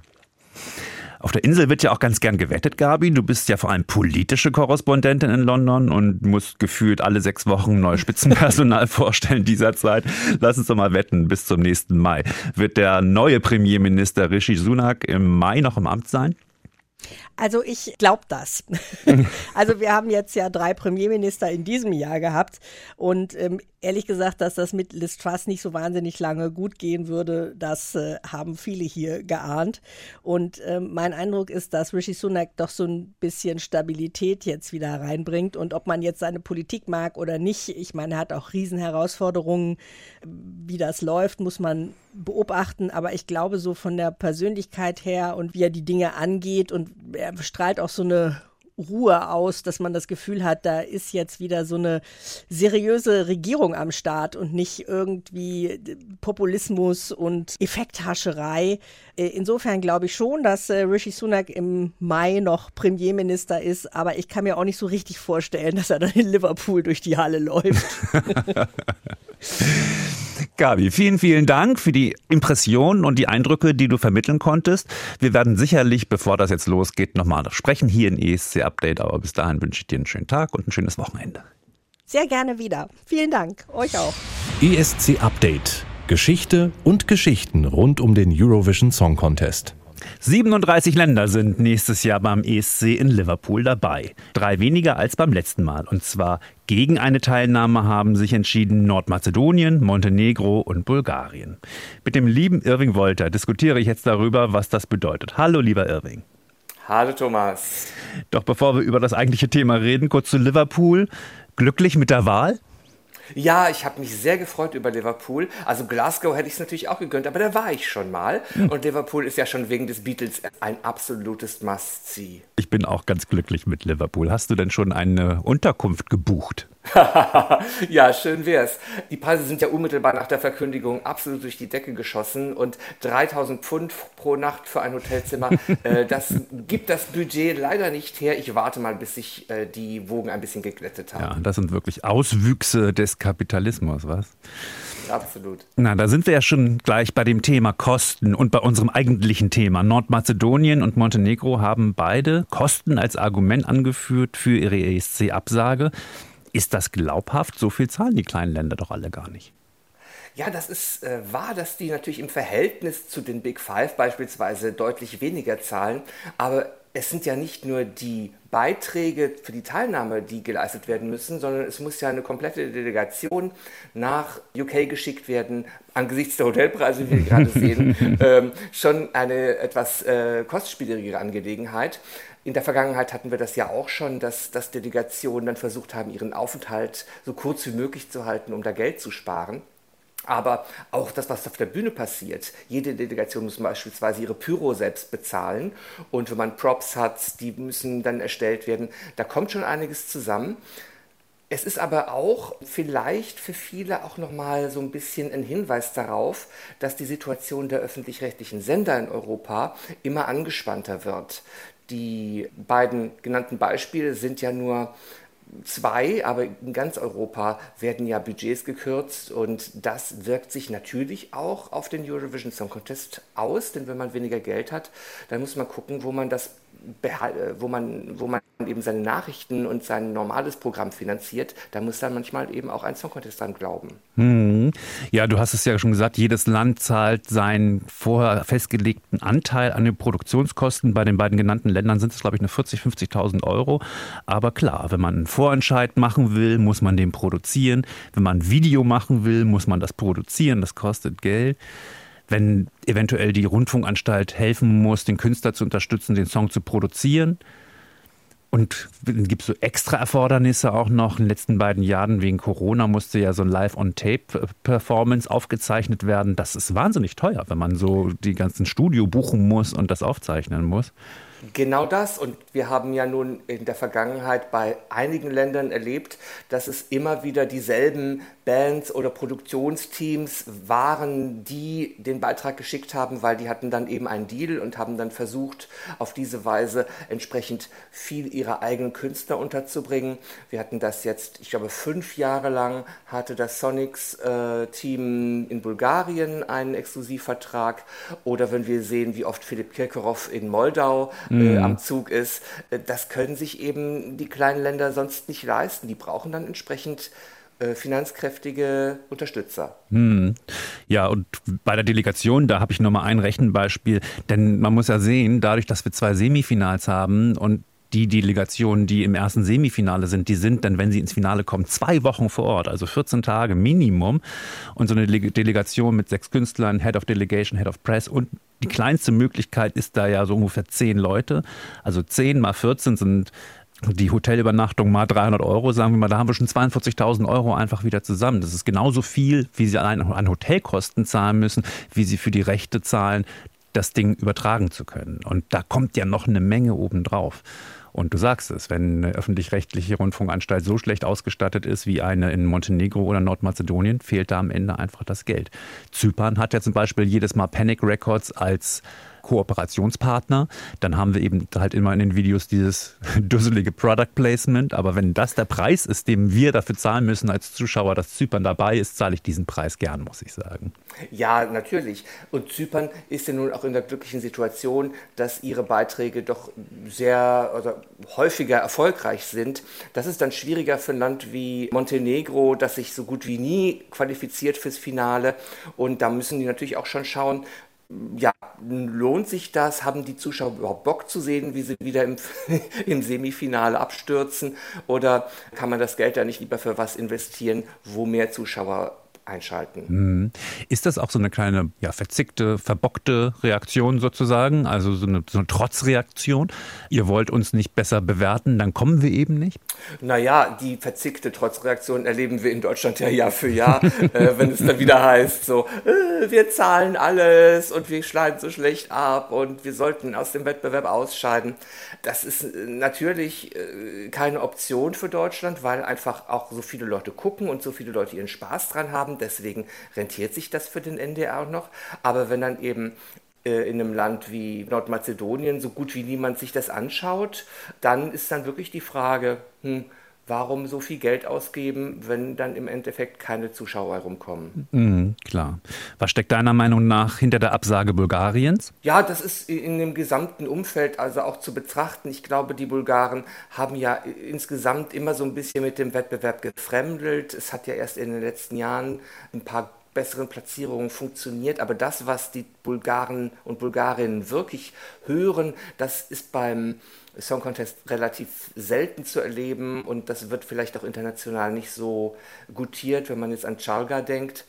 Auf der Insel wird ja auch ganz gern gewettet, Gabi. Du bist ja vor allem politische Korrespondentin in London und musst gefühlt alle sechs Wochen neues Spitzenpersonal vorstellen dieser Zeit. Lass uns doch mal wetten bis zum nächsten Mai. Wird der neue Premierminister Rishi Sunak im Mai noch im Amt sein? Also ich glaube das. Also wir haben jetzt ja drei Premierminister in diesem Jahr gehabt und ähm, ehrlich gesagt, dass das mit Liz Truss nicht so wahnsinnig lange gut gehen würde, das äh, haben viele hier geahnt. Und ähm, mein Eindruck ist, dass Rishi Sunak doch so ein bisschen Stabilität jetzt wieder reinbringt und ob man jetzt seine Politik mag oder nicht, ich meine, er hat auch Riesenherausforderungen, wie das läuft, muss man beobachten, aber ich glaube so von der Persönlichkeit her und wie er die Dinge angeht und er strahlt auch so eine Ruhe aus, dass man das Gefühl hat, da ist jetzt wieder so eine seriöse Regierung am Start und nicht irgendwie Populismus und Effekthascherei. Insofern glaube ich schon, dass Rishi Sunak im Mai noch Premierminister ist, aber ich kann mir auch nicht so richtig vorstellen, dass er dann in Liverpool durch die Halle läuft. Gabi, vielen, vielen Dank für die Impressionen und die Eindrücke, die du vermitteln konntest. Wir werden sicherlich, bevor das jetzt losgeht, nochmal sprechen hier in E S C Update. Aber bis dahin wünsche ich dir einen schönen Tag und ein schönes Wochenende. Sehr gerne wieder. Vielen Dank. Euch auch. E S C Update. Geschichte und Geschichten rund um den Eurovision Song Contest. siebenunddreißig Länder sind nächstes Jahr beim E S C in Liverpool dabei. Drei weniger als beim letzten Mal. Und zwar gegen eine Teilnahme haben sich entschieden Nordmazedonien, Montenegro und Bulgarien. Mit dem lieben Irving Wolter diskutiere ich jetzt darüber, was das bedeutet. Hallo, lieber Irving. Hallo, Thomas. Doch bevor wir über das eigentliche Thema reden, kurz zu Liverpool. Glücklich mit der Wahl? Ja, ich habe mich sehr gefreut über Liverpool. Also Glasgow hätte ich es natürlich auch gegönnt, aber da war ich schon mal. Hm. Und Liverpool ist ja schon wegen des Beatles ein absolutes Must-See. Ich bin auch ganz glücklich mit Liverpool. Hast du denn schon eine Unterkunft gebucht? Ja, schön wär's. Die Preise sind ja unmittelbar nach der Verkündigung absolut durch die Decke geschossen und dreitausend Pfund pro Nacht für ein Hotelzimmer, äh, das gibt das Budget leider nicht her. Ich warte mal, bis sich äh, die Wogen ein bisschen geglättet haben. Ja, das sind wirklich Auswüchse des Kapitalismus, was? Absolut. Na, da sind wir ja schon gleich bei dem Thema Kosten und bei unserem eigentlichen Thema. Nordmazedonien und Montenegro haben beide Kosten als Argument angeführt für ihre E S C-Absage. Ist das glaubhaft? So viel zahlen die kleinen Länder doch alle gar nicht. Ja, das ist äh, wahr, dass die natürlich im Verhältnis zu den Big Five beispielsweise deutlich weniger zahlen. Aber es sind ja nicht nur die Beiträge für die Teilnahme, die geleistet werden müssen, sondern es muss ja eine komplette Delegation nach U K geschickt werden, angesichts der Hotelpreise, wie wir gerade sehen, ähm, schon eine etwas äh, kostspieligere Angelegenheit. In der Vergangenheit hatten wir das ja auch schon, dass, dass Delegationen dann versucht haben, ihren Aufenthalt so kurz wie möglich zu halten, um da Geld zu sparen. Aber auch das, was auf der Bühne passiert. Jede Delegation muss beispielsweise ihre Pyro selbst bezahlen. Und wenn man Props hat, die müssen dann erstellt werden. Da kommt schon einiges zusammen. Es ist aber auch vielleicht für viele auch nochmal so ein bisschen ein Hinweis darauf, dass die Situation der öffentlich-rechtlichen Sender in Europa immer angespannter wird. Die beiden genannten Beispiele sind ja nur zwei, aber in ganz Europa werden ja Budgets gekürzt und das wirkt sich natürlich auch auf den Eurovision Song Contest aus, denn wenn man weniger Geld hat, dann muss man gucken, wo man das wo man, wo man eben seine Nachrichten und sein normales Programm finanziert, da muss dann manchmal eben auch ein Song Contest dran glauben. Hm. Ja, du hast es ja schon gesagt, jedes Land zahlt seinen vorher festgelegten Anteil an den Produktionskosten. Bei den beiden genannten Ländern sind es, glaube ich, nur vierzigtausend, fünfzigtausend Euro. Aber klar, wenn man einen Vorentscheid machen will, muss man den produzieren. Wenn man ein Video machen will, muss man das produzieren. Das kostet Geld. Wenn eventuell die Rundfunkanstalt helfen muss, den Künstler zu unterstützen, den Song zu produzieren. Und dann gibt es so extra Erfordernisse auch noch. In den letzten beiden Jahren wegen Corona musste ja so ein Live-on-Tape-Performance aufgezeichnet werden. Das ist wahnsinnig teuer, wenn man so die ganzen Studio buchen muss und das aufzeichnen muss. Genau das. Und wir haben ja nun in der Vergangenheit bei einigen Ländern erlebt, dass es immer wieder dieselben Bands oder Produktionsteams waren, die den Beitrag geschickt haben, weil die hatten dann eben einen Deal und haben dann versucht, auf diese Weise entsprechend viel ihrer eigenen Künstler unterzubringen. Wir hatten das jetzt, ich glaube, fünf Jahre lang hatte das Sonics-Team äh, in Bulgarien einen Exklusivvertrag. Oder wenn wir sehen, wie oft Philipp Kirkorov in Moldau Äh, am Zug ist. Das können sich eben die kleinen Länder sonst nicht leisten. Die brauchen dann entsprechend äh, finanzkräftige Unterstützer. Hm. Ja, und bei der Delegation, da habe ich nochmal ein Rechenbeispiel. Denn man muss ja sehen, dadurch, dass wir zwei Semifinals haben und die Delegationen, die im ersten Semifinale sind, die sind dann, wenn sie ins Finale kommen, zwei Wochen vor Ort, also vierzehn Tage Minimum. Und so eine Delegation mit sechs Künstlern, Head of Delegation, Head of Press und die kleinste Möglichkeit ist da ja so ungefähr zehn Leute. Also zehn mal vierzehn sind die Hotelübernachtung mal dreihundert Euro, sagen wir mal, da haben wir schon zweiundvierzigtausend Euro einfach wieder zusammen. Das ist genauso viel, wie sie allein an Hotelkosten zahlen müssen, wie sie für die Rechte zahlen, das Ding übertragen zu können. Und da kommt ja noch eine Menge obendrauf. Und du sagst es, wenn eine öffentlich-rechtliche Rundfunkanstalt so schlecht ausgestattet ist wie eine in Montenegro oder Nordmazedonien, fehlt da am Ende einfach das Geld. Zypern hat ja zum Beispiel jedes Mal Panic Records als Kooperationspartner. Dann haben wir eben halt immer in den Videos dieses dusselige Product Placement. Aber wenn das der Preis ist, den wir dafür zahlen müssen als Zuschauer, dass Zypern dabei ist, zahle ich diesen Preis gern, muss ich sagen. Ja, natürlich. Und Zypern ist ja nun auch in der glücklichen Situation, dass ihre Beiträge doch sehr oder häufiger erfolgreich sind. Das ist dann schwieriger für ein Land wie Montenegro, das sich so gut wie nie qualifiziert fürs Finale. Und da müssen die natürlich auch schon schauen, ja, lohnt sich das? Haben die Zuschauer überhaupt Bock zu sehen, wie sie wieder im, im Semifinale abstürzen? Oder kann man das Geld da nicht lieber für was investieren, wo mehr Zuschauer einschalten? Ist das auch so eine kleine, ja, verzickte, verbockte Reaktion sozusagen? Also so eine, so eine Trotzreaktion? Ihr wollt uns nicht besser bewerten, dann kommen wir eben nicht? Naja, die verzickte Trotzreaktion erleben wir in Deutschland ja Jahr für Jahr, äh, wenn es dann wieder heißt, so, äh, wir zahlen alles und wir schneiden so schlecht ab und wir sollten aus dem Wettbewerb ausscheiden. Das ist natürlich äh, keine Option für Deutschland, weil einfach auch so viele Leute gucken und so viele Leute ihren Spaß dran haben. Deswegen rentiert sich das für den N D R auch noch. Aber wenn dann eben äh, in einem Land wie Nordmazedonien so gut wie niemand sich das anschaut, dann ist dann wirklich die Frage, hm, warum so viel Geld ausgeben, wenn dann im Endeffekt keine Zuschauer herumkommen? Mhm, klar. Was steckt deiner Meinung nach hinter der Absage Bulgariens? Ja, das ist in dem gesamten Umfeld also auch zu betrachten. Ich glaube, die Bulgaren haben ja insgesamt immer so ein bisschen mit dem Wettbewerb gefremdelt. Es hat ja erst in den letzten Jahren ein paar besseren Platzierungen funktioniert, aber das, was die Bulgaren und Bulgarinnen wirklich hören, das ist beim Song Contest relativ selten zu erleben und das wird vielleicht auch international nicht so gutiert, wenn man jetzt an Chalga denkt.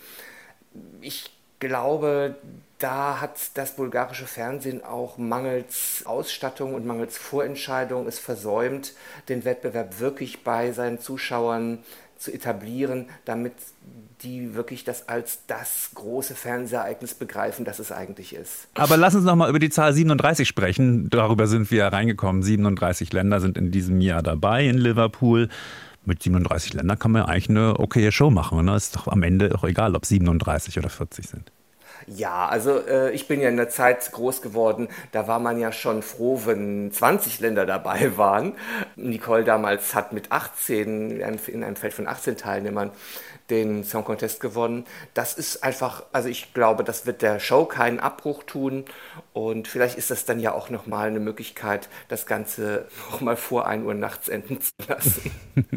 Ich glaube, da hat das bulgarische Fernsehen auch mangels Ausstattung und mangels Vorentscheidung es versäumt, den Wettbewerb wirklich bei seinen Zuschauern zu etablieren, damit die wirklich das als das große Fernsehereignis begreifen, das es eigentlich ist. Aber lass uns noch mal über die Zahl siebenunddreißig sprechen. Darüber sind wir reingekommen. siebenunddreißig Länder sind in diesem Jahr dabei in Liverpool. Mit siebenunddreißig Ländern kann man ja eigentlich eine okaye Show machen. Ne? Ist doch am Ende auch egal, ob siebenunddreißig oder vierzig sind. Ja, also äh, ich bin ja in der Zeit groß geworden, da war man ja schon froh, wenn zwanzig Länder dabei waren. Nicole damals hat mit achtzehn, in einem, in einem Feld von achtzehn Teilnehmern, den Song Contest gewonnen. Das ist einfach, also ich glaube, das wird der Show keinen Abbruch tun und vielleicht ist das dann ja auch nochmal eine Möglichkeit, das Ganze nochmal vor ein Uhr nachts enden zu lassen.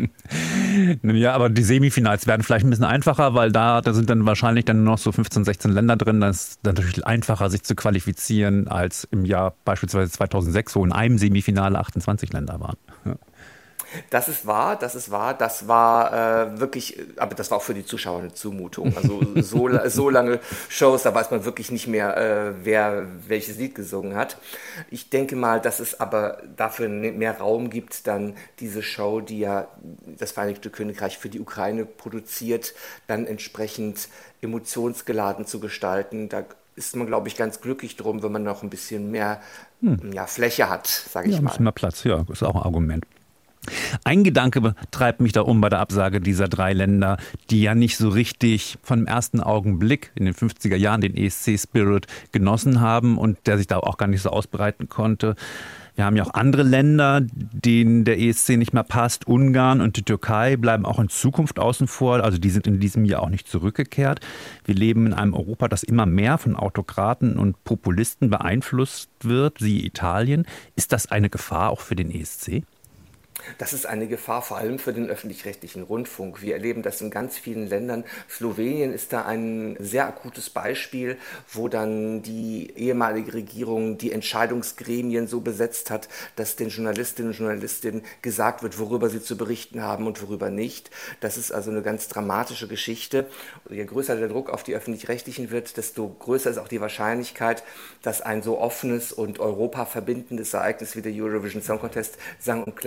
Ja, aber die Semifinals werden vielleicht ein bisschen einfacher, weil da, da sind dann wahrscheinlich dann nur noch so fünfzehn, sechzehn Länder drin. Das ist natürlich einfacher, sich zu qualifizieren, als im Jahr beispielsweise zweitausendsechs, wo in einem Semifinale achtundzwanzig Länder waren. Ja. Das ist wahr, das ist wahr. Das war äh, wirklich, aber das war auch für die Zuschauer eine Zumutung. Also so, so lange Shows, da weiß man wirklich nicht mehr, äh, wer welches Lied gesungen hat. Ich denke mal, dass es aber dafür mehr Raum gibt, dann diese Show, die ja das Vereinigte Königreich für die Ukraine produziert, dann entsprechend emotionsgeladen zu gestalten. Da ist man, glaube ich, ganz glücklich drum, wenn man noch ein bisschen mehr hm. ja, Fläche hat, sage ich ja, mal. Ein bisschen mehr Platz, ja, das ist auch ein Argument. Ein Gedanke treibt mich da um bei der Absage dieser drei Länder, die ja nicht so richtig vom ersten Augenblick in den fünfziger Jahren den E S C-Spirit genossen haben und der sich da auch gar nicht so ausbreiten konnte. Wir haben ja auch andere Länder, denen der E S C nicht mehr passt. Ungarn und die Türkei bleiben auch in Zukunft außen vor. Also die sind in diesem Jahr auch nicht zurückgekehrt. Wir leben in einem Europa, das immer mehr von Autokraten und Populisten beeinflusst wird, siehe Italien. Ist das eine Gefahr auch für den E S C? Das ist eine Gefahr vor allem für den öffentlich-rechtlichen Rundfunk. Wir erleben das in ganz vielen Ländern. Slowenien ist da ein sehr akutes Beispiel, wo dann die ehemalige Regierung die Entscheidungsgremien so besetzt hat, dass den Journalistinnen und Journalisten gesagt wird, worüber sie zu berichten haben und worüber nicht. Das ist also eine ganz dramatische Geschichte. Je größer der Druck auf die öffentlich-rechtlichen wird, desto größer ist auch die Wahrscheinlichkeit, dass ein so offenes und Europa verbindendes Ereignis wie der Eurovision Song Contest sang- und klanglos ab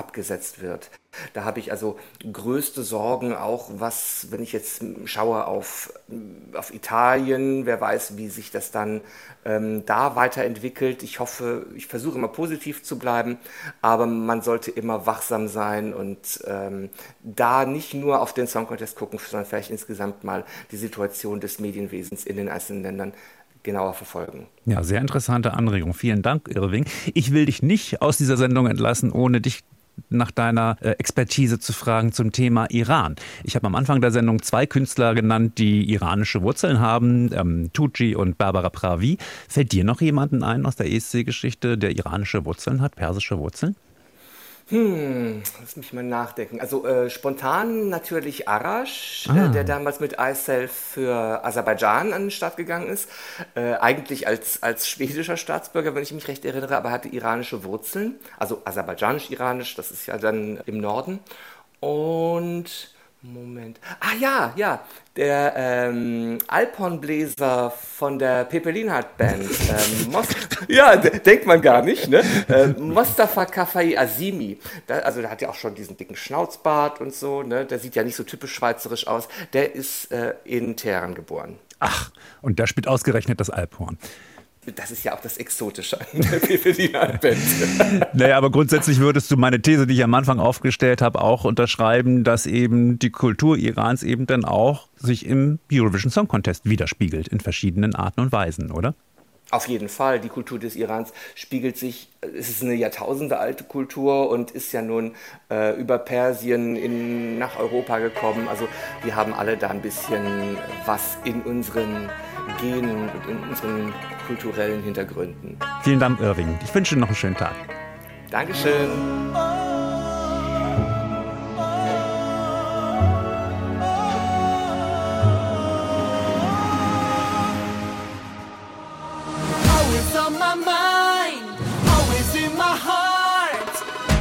abgesetzt wird. Da habe ich also größte Sorgen auch, was, wenn ich jetzt schaue auf, auf Italien, wer weiß, wie sich das dann ähm, da weiterentwickelt. Ich hoffe, ich versuche immer positiv zu bleiben, aber man sollte immer wachsam sein und ähm, da nicht nur auf den Song Contest gucken, sondern vielleicht insgesamt mal die Situation des Medienwesens in den einzelnen Ländern genauer verfolgen. Ja, sehr interessante Anregung. Vielen Dank, Irving. Ich will dich nicht aus dieser Sendung entlassen, ohne dich nach deiner äh, Expertise zu fragen zum Thema Iran. Ich habe am Anfang der Sendung zwei Künstler genannt, die iranische Wurzeln haben, ähm, Tucci und Barbara Pravi. Fällt dir noch jemanden ein aus der E S C-Geschichte, der iranische Wurzeln hat, persische Wurzeln? Hm, lass mich mal nachdenken. Also äh, spontan natürlich Arash, Ah. äh, der damals mit iSelf für Aserbaidschan an den Start gegangen ist. Äh, eigentlich als, als schwedischer Staatsbürger, wenn ich mich recht erinnere, aber hatte iranische Wurzeln. Also aserbaidschanisch-iranisch, das ist ja dann im Norden. Und Moment. Ah ja, ja. Der ähm, Alphornbläser von der Pepe Lienhardt Band. Ähm, Mos- ja, d- denkt man gar nicht, ne? Äh, Mostafa Kafai Azimi. Da, also der hat ja auch schon diesen dicken Schnauzbart und so, ne? Der sieht ja nicht so typisch schweizerisch aus. Der ist äh, in Teheran geboren. Ach, und da spielt ausgerechnet das Alphorn. Das ist ja auch das Exotische an der Pepe Lienhardt Band. Naja, aber grundsätzlich würdest du meine These, die ich am Anfang aufgestellt habe, auch unterschreiben, dass eben die Kultur Irans eben dann auch sich im Eurovision Song Contest widerspiegelt, in verschiedenen Arten und Weisen, oder? Auf jeden Fall, die Kultur des Irans spiegelt sich, es ist eine jahrtausendealte Kultur und ist ja nun äh, über Persien in, nach Europa gekommen. Also wir haben alle da ein bisschen was in unseren Genen und in unseren kulturellen Hintergründen. Vielen Dank, Irving. Ich wünsche dir noch einen schönen Tag. Dankeschön. Always on my mind, always in my heart.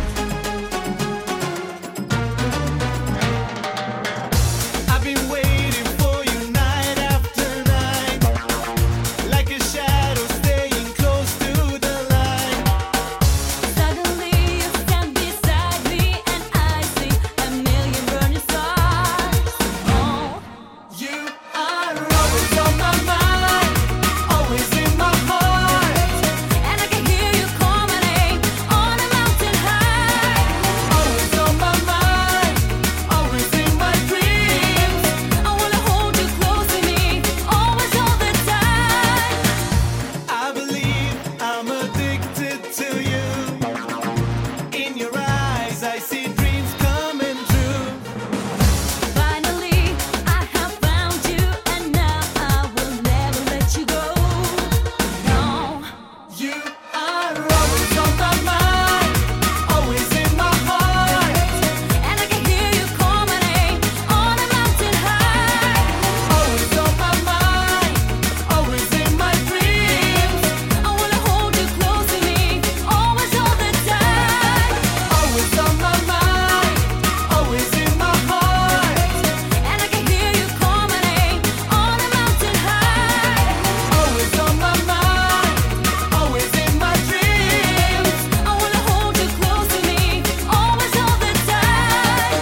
I've been waiting for you night after night, like a shadow staying close to the light. Suddenly you stand beside me and I see a million burning stars. Oh, you are always on my mind, always in my heart, and I can hear you calling on a mountain high. Always on my mind, always in my dreams. I wanna hold you close to me, always all the time. I believe I'm addicted to you. In your eyes I see dreams coming true. Finally I have found you and now I will never let you go. No, you are always on my mind, always in my heart, and I can hear you calling on a mountain high. Always on my mind, always in my dreams. I wanna hold you close to me, always all the time. Always on my mind, always in my heart, and I can hear you calling on a mountain high. Always on my mind, always in my dreams. I wanna hold you close to me, always all the time.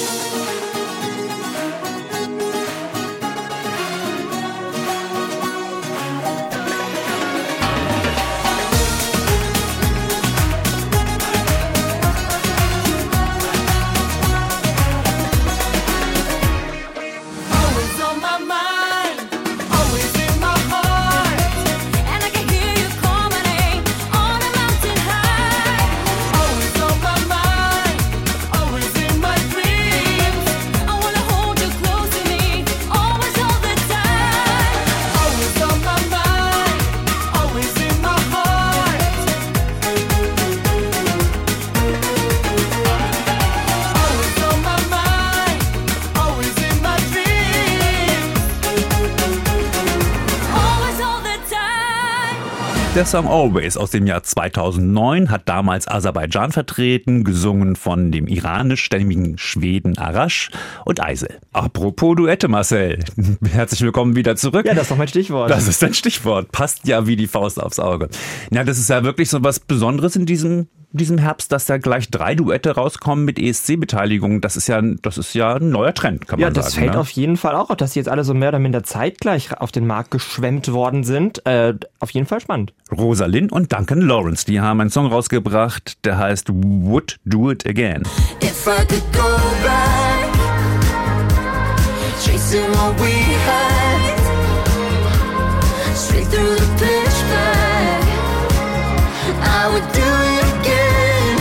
Always on my mind, always in my heart, and I can hear you calling on a mountain high. Always on my mind, always in my dreams. I wanna hold you close to me, always all the time. Always on my mind, always in my heart. Always on my mind, always in my dreams. Always all the time. Der Song Always aus dem Jahr zweitausendneun hat damals Aserbaidschan vertreten, gesungen von dem iranischstämmigen Schweden Arash und Eisel. Apropos Duette, Marcel. Herzlich willkommen wieder zurück. Ja, das ist doch mein Stichwort. Das ist dein Stichwort. Passt ja wie die Faust aufs Auge. Ja, das ist ja wirklich so was Besonderes in diesem diesem Herbst, dass da gleich drei Duette rauskommen mit E S C-Beteiligung. Das ist ja, das ist ja ein neuer Trend, kann man ja, sagen. das fällt ne? auf jeden Fall auch auf, dass die jetzt alle so mehr oder minder zeitgleich auf den Markt geschwemmt worden sind. Äh, auf jeden Fall spannend. Rosalind und Duncan Lawrence, die haben einen Song rausgebracht, der heißt Would Do It Again. If I could go back, chasing what we had, straight through the pitch black, I would do it again.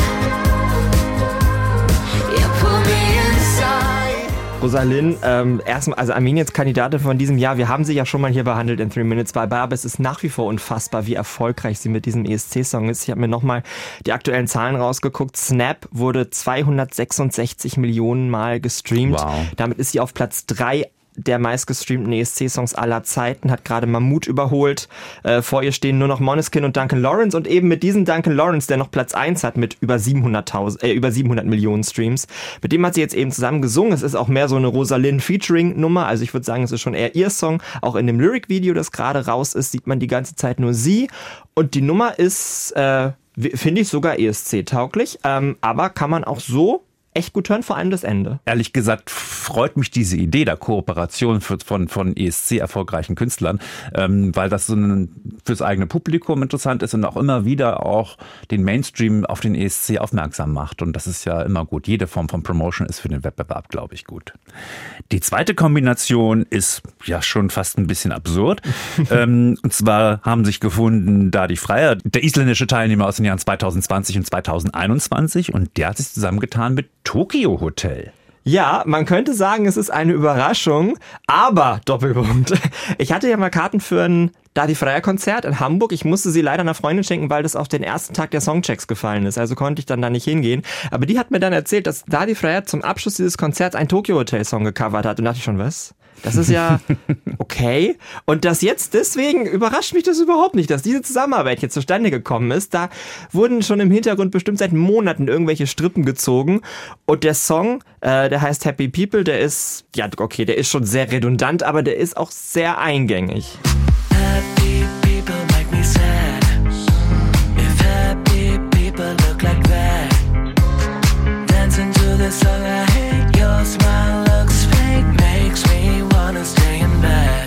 Yeah, pull me inside. Rosalind, ähm, erstmal, also Armeniens Kandidatin von diesem Jahr, wir haben sie ja schon mal hier behandelt in Three Minutes by Bar, aber es ist nach wie vor unfassbar, wie erfolgreich sie mit diesem E S C-Song ist. Ich habe mir nochmal die aktuellen Zahlen rausgeguckt. Snap wurde zweihundertsechsundsechzig Millionen Mal gestreamt. Wow. Damit ist sie auf Platz drei der meistgestreamten E S C-Songs aller Zeiten, hat gerade Mammut überholt. Äh, vor ihr stehen nur noch Måneskin und Duncan Lawrence und eben mit diesem Duncan Lawrence, der noch Platz eins hat mit über siebenhunderttausend, äh, über siebenhundert Millionen Streams. Mit dem hat sie jetzt eben zusammen gesungen. Es ist auch mehr so eine Rosalind-Featuring-Nummer. Also ich würde sagen, es ist schon eher ihr Song. Auch in dem Lyric-Video, das gerade raus ist, sieht man die ganze Zeit nur sie. Und die Nummer ist, äh, finde ich, sogar E S C-tauglich. Ähm, aber kann man auch so echt gut hören, vor allem das Ende. Ehrlich gesagt freut mich diese Idee der Kooperation für, von, von E S C-erfolgreichen Künstlern, ähm, weil das so ein, fürs eigene Publikum interessant ist und auch immer wieder auch den Mainstream auf den E S C aufmerksam macht. Und das ist ja immer gut. Jede Form von Promotion ist für den Wettbewerb, glaube ich, gut. Die zweite Kombination ist ja schon fast ein bisschen absurd. ähm, und zwar haben sich gefunden Dadi Freyr, der isländische Teilnehmer aus den Jahren zweitausendzwanzig und zweitausendeinundzwanzig, und der hat sich zusammengetan mit Tokyo Hotel. Ja, man könnte sagen, es ist eine Überraschung, aber Doppelpunkt. Ich hatte ja mal Karten für ein Dadi Freyr Konzert in Hamburg. Ich musste sie leider einer Freundin schenken, weil das auf den ersten Tag der Songchecks gefallen ist. Also konnte ich dann da nicht hingehen. Aber die hat mir dann erzählt, dass Dadi Freyr zum Abschluss dieses Konzerts einen Tokyo Hotel Song gecovert hat. Und dachte ich schon, was? Das ist ja okay. Und das jetzt, deswegen überrascht mich das überhaupt nicht, dass diese Zusammenarbeit jetzt zustande gekommen ist. Da wurden schon im Hintergrund bestimmt seit Monaten irgendwelche Strippen gezogen. Und der Song, äh, der heißt Happy People, der ist, ja okay, der ist schon sehr redundant, aber der ist auch sehr eingängig. Happy people make me sad. If happy people look like that, dancing to the song I hate, your smile looks fake, makes me wanna stay in bed.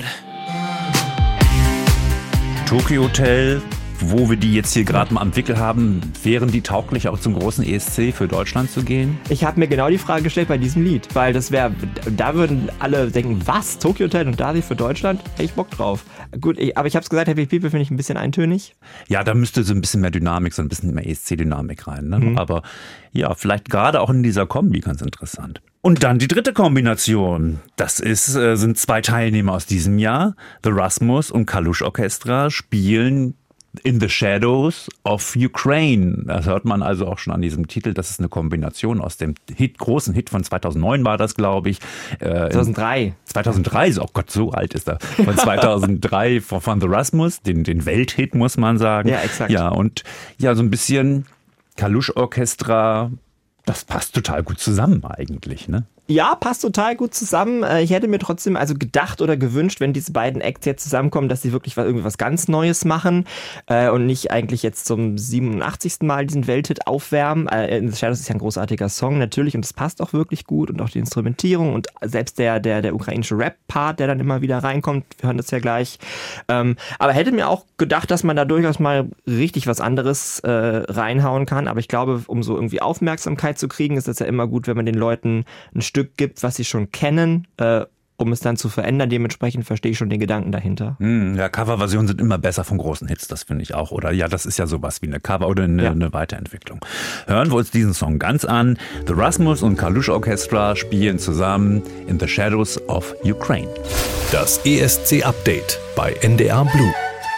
Tokyo Hotel, wo wir die jetzt hier gerade mal am Wickel haben, wären die tauglich auch zum großen E S C für Deutschland zu gehen? Ich habe mir genau die Frage gestellt bei diesem Lied, weil das wäre, da würden alle denken, was, Tokyo Hotel und Dadi für Deutschland? Hätte ich Bock drauf. Gut, ich, aber ich habe es gesagt, Happy People finde ich ein bisschen eintönig. Ja, da müsste so ein bisschen mehr Dynamik, so ein bisschen mehr E S C-Dynamik rein. Ne? Mhm. Aber ja, vielleicht gerade auch in dieser Kombi ganz interessant. Und dann die dritte Kombination. Das ist, äh, sind zwei Teilnehmer aus diesem Jahr. The Rasmus und Kalush Orchestra spielen In the Shadows of Ukraine. Das hört man also auch schon an diesem Titel. Das ist eine Kombination aus dem Hit, großen Hit von zweitausendneun war das, glaube ich. Äh, zweitausenddrei. zweitausenddrei, oh Gott, so alt ist er. Von zweitausenddrei von, von The Rasmus, den, den Welthit, muss man sagen. Ja, exakt. Ja, und ja, so ein bisschen Kalush Orchestra, das passt total gut zusammen eigentlich, ne? Ja, passt total gut zusammen. Ich hätte mir trotzdem also gedacht oder gewünscht, wenn diese beiden Acts jetzt zusammenkommen, dass sie wirklich was, irgendwie was ganz Neues machen äh, und nicht eigentlich jetzt zum siebenundachtzigsten Mal diesen Welthit aufwärmen. Äh, In the Shadows ist ja ein großartiger Song natürlich und es passt auch wirklich gut und auch die Instrumentierung und selbst der, der, der ukrainische Rap-Part, der dann immer wieder reinkommt, wir hören das ja gleich. Ähm, aber hätte mir auch gedacht, dass man da durchaus mal richtig was anderes äh, reinhauen kann. Aber ich glaube, um so irgendwie Aufmerksamkeit zu kriegen, ist das ja immer gut, wenn man den Leuten ein Stück gibt, was sie schon kennen, äh, um es dann zu verändern. Dementsprechend verstehe ich schon den Gedanken dahinter. Mm, ja, Coverversionen sind immer besser von großen Hits, das finde ich auch. Oder ja, das ist ja sowas wie eine Cover oder eine, ja. eine Weiterentwicklung. Hören wir uns diesen Song ganz an. The Rasmus und Kalush Orchestra spielen zusammen In the Shadows of Ukraine. Das E S C-Update bei N D R Blue.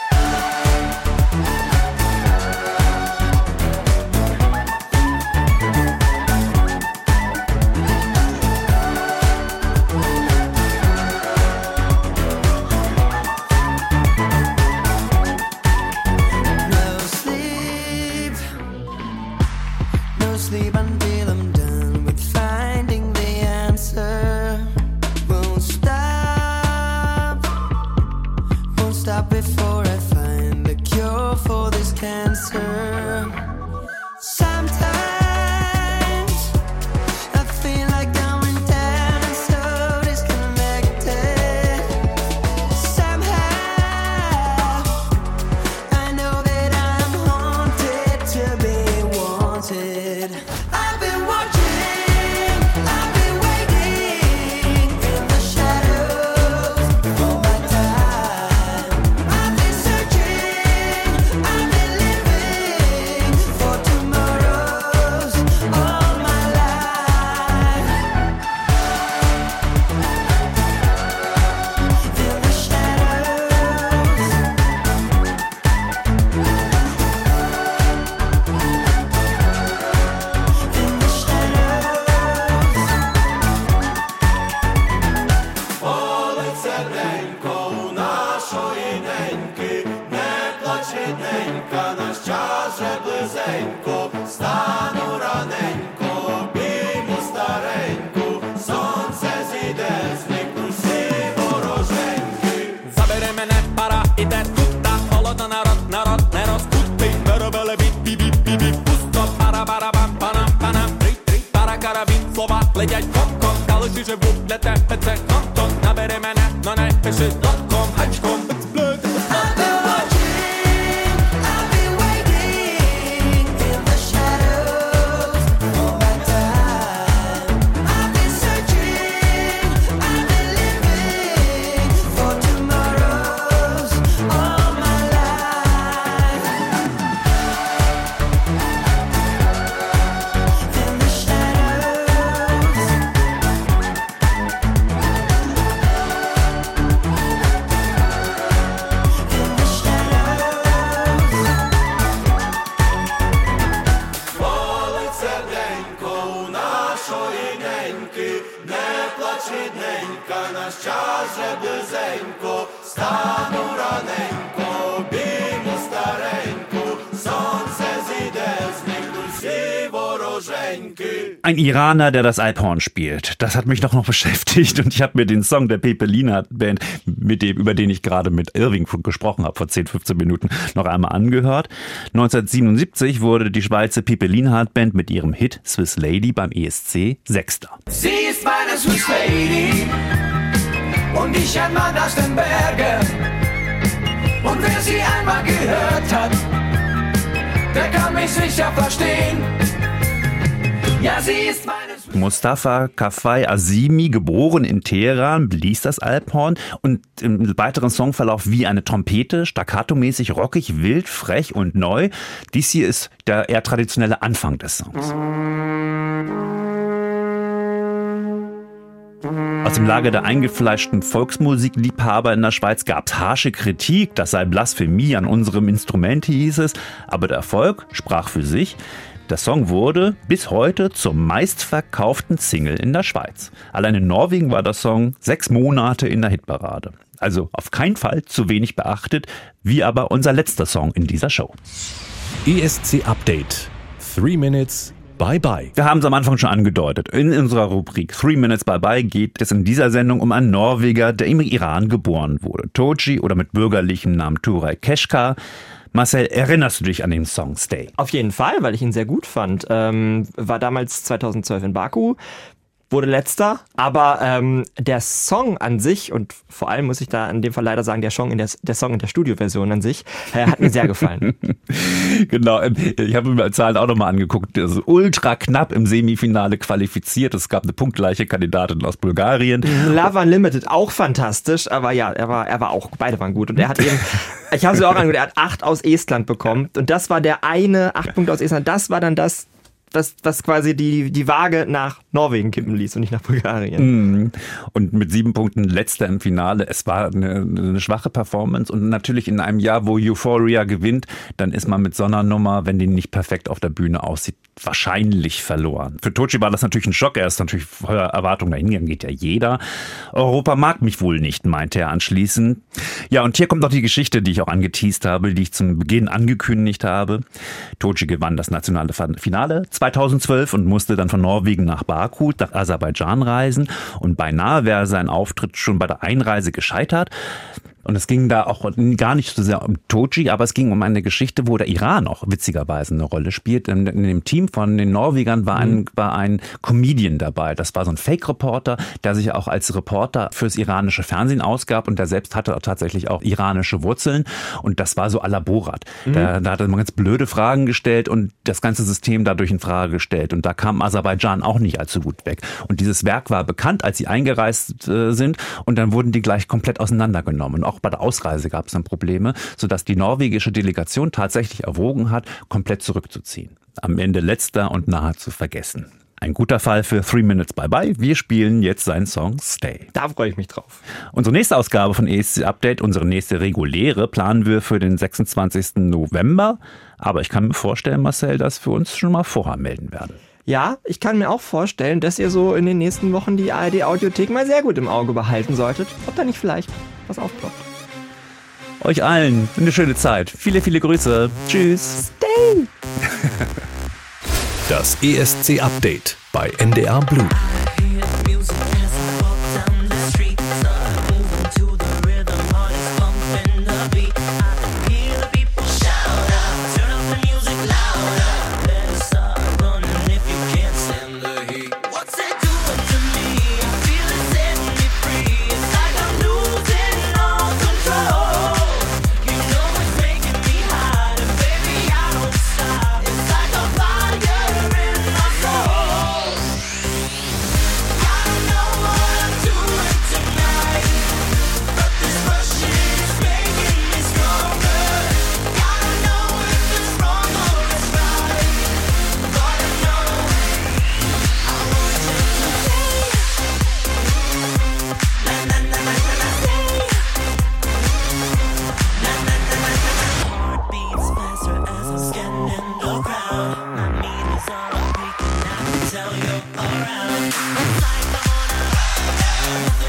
Sleep until I'm done with finding the answer. Won't stop, won't stop before I find the cure for this cancer. Some летять ком-ком, калуші живуть для тебе, це Хонтон. Набери мене, но не пиши дот-ком, гачком. Ein Iraner, der das Alphorn spielt. Das hat mich doch noch beschäftigt und ich habe mir den Song der Pepe Lienhardt Band, mit dem, über den ich gerade mit Irving gesprochen habe, vor zehn, fünfzehn Minuten, noch einmal angehört. neunzehnhundertsiebenundsiebzig wurde die Schweizer Pepe Lienhardt Band mit ihrem Hit Swiss Lady beim E S C Sechster. Sie ist meine Swiss Lady und ich ein Mann aus den Bergen. Und wer sie einmal gehört hat, der kann mich sicher verstehen. Ja, sie ist meine Mustafa Kafai Azimi, geboren in Teheran, blies das Alphorn und im weiteren Songverlauf wie eine Trompete, staccatomäßig, rockig, wild, frech und neu. Dies hier ist der eher traditionelle Anfang des Songs. Aus dem Lager der eingefleischten Volksmusikliebhaber in der Schweiz gab es harsche Kritik, das sei Blasphemie an unserem Instrument, hieß es. Aber der Erfolg sprach für sich. Der Song wurde bis heute zur meistverkauften Single in der Schweiz. Allein in Norwegen war der Song sechs Monate in der Hitparade. Also auf keinen Fall zu wenig beachtet, wie aber unser letzter Song in dieser Show. E S C Update. Three Minutes. Bye Bye. Wir haben es am Anfang schon angedeutet. In unserer Rubrik Three Minutes Bye Bye geht es in dieser Sendung um einen Norweger, der im Iran geboren wurde. Toji oder mit bürgerlichem Namen Turay Keshkar. Marcel, erinnerst du dich an den Song Stay? Auf jeden Fall, weil ich ihn sehr gut fand. Ähm, war damals zweitausendzwölf in Baku, wurde letzter, aber ähm, der Song an sich und vor allem muss ich da in dem Fall leider sagen, der Song in der, der Song in der Studioversion an sich, äh, hat mir sehr gefallen. Genau, ich habe mir die Zahlen auch nochmal angeguckt. Das ist ultra knapp im Semifinale qualifiziert. Es gab eine punktgleiche Kandidatin aus Bulgarien. Love Unlimited, auch fantastisch, aber ja, er war, er war auch, beide waren gut und er hat eben, ich habe es mir auch angeguckt, er hat acht aus Estland bekommen und das war der eine, acht Punkte aus Estland, das war dann das, was, was quasi die, die Waage nach Norwegen kippen ließ und nicht nach Bulgarien. Und mit sieben Punkten letzter im Finale. Es war eine, eine schwache Performance und natürlich in einem Jahr, wo Euphoria gewinnt, dann ist man mit so einer Nummer, wenn die nicht perfekt auf der Bühne aussieht, wahrscheinlich verloren. Für Toji war das natürlich ein Schock. Er ist natürlich voller Erwartung dahingegangen, geht ja jeder. Europa mag mich wohl nicht, meinte er anschließend. Ja, und hier kommt noch die Geschichte, die ich auch angeteast habe, die ich zum Beginn angekündigt habe. Toji gewann das nationale Finale zweitausendzwölf und musste dann von Norwegen nach Baku, nach Aserbaidschan reisen. Und beinahe wäre sein Auftritt schon bei der Einreise gescheitert. Und es ging da auch gar nicht so sehr um Toji, aber es ging um eine Geschichte, wo der Iran auch witzigerweise eine Rolle spielt. In, in dem Team von den Norwegern war ein, war ein Comedian dabei. Das war so ein Fake-Reporter, der sich auch als Reporter fürs iranische Fernsehen ausgab und der selbst hatte auch tatsächlich auch iranische Wurzeln. Und das war so à la Borat. Mhm. Da, da hat er mal ganz blöde Fragen gestellt und das ganze System dadurch in Frage gestellt. Und da kam Aserbaidschan auch nicht allzu gut weg. Und dieses Werk war bekannt, als sie eingereist äh, sind. Und dann wurden die gleich komplett auseinandergenommen. Und auch bei der Ausreise gab es dann Probleme, sodass die norwegische Delegation tatsächlich erwogen hat, komplett zurückzuziehen. Am Ende letzter und nahezu vergessen. Ein guter Fall für Three Minutes Bye Bye. Wir spielen jetzt seinen Song Stay. Da freue ich mich drauf. Unsere nächste Ausgabe von E S C Update, unsere nächste reguläre, planen wir für den sechsundzwanzigsten November. Aber ich kann mir vorstellen, Marcel, dass wir uns schon mal vorher melden werden. Ja, ich kann mir auch vorstellen, dass ihr so in den nächsten Wochen die A R D-Audiothek mal sehr gut im Auge behalten solltet. Ob da nicht vielleicht was aufploppt. Euch allen eine schöne Zeit. Viele, viele Grüße. Tschüss. Stay! Das E S C Update bei N D R Blue. What's it doing? Like I'm on a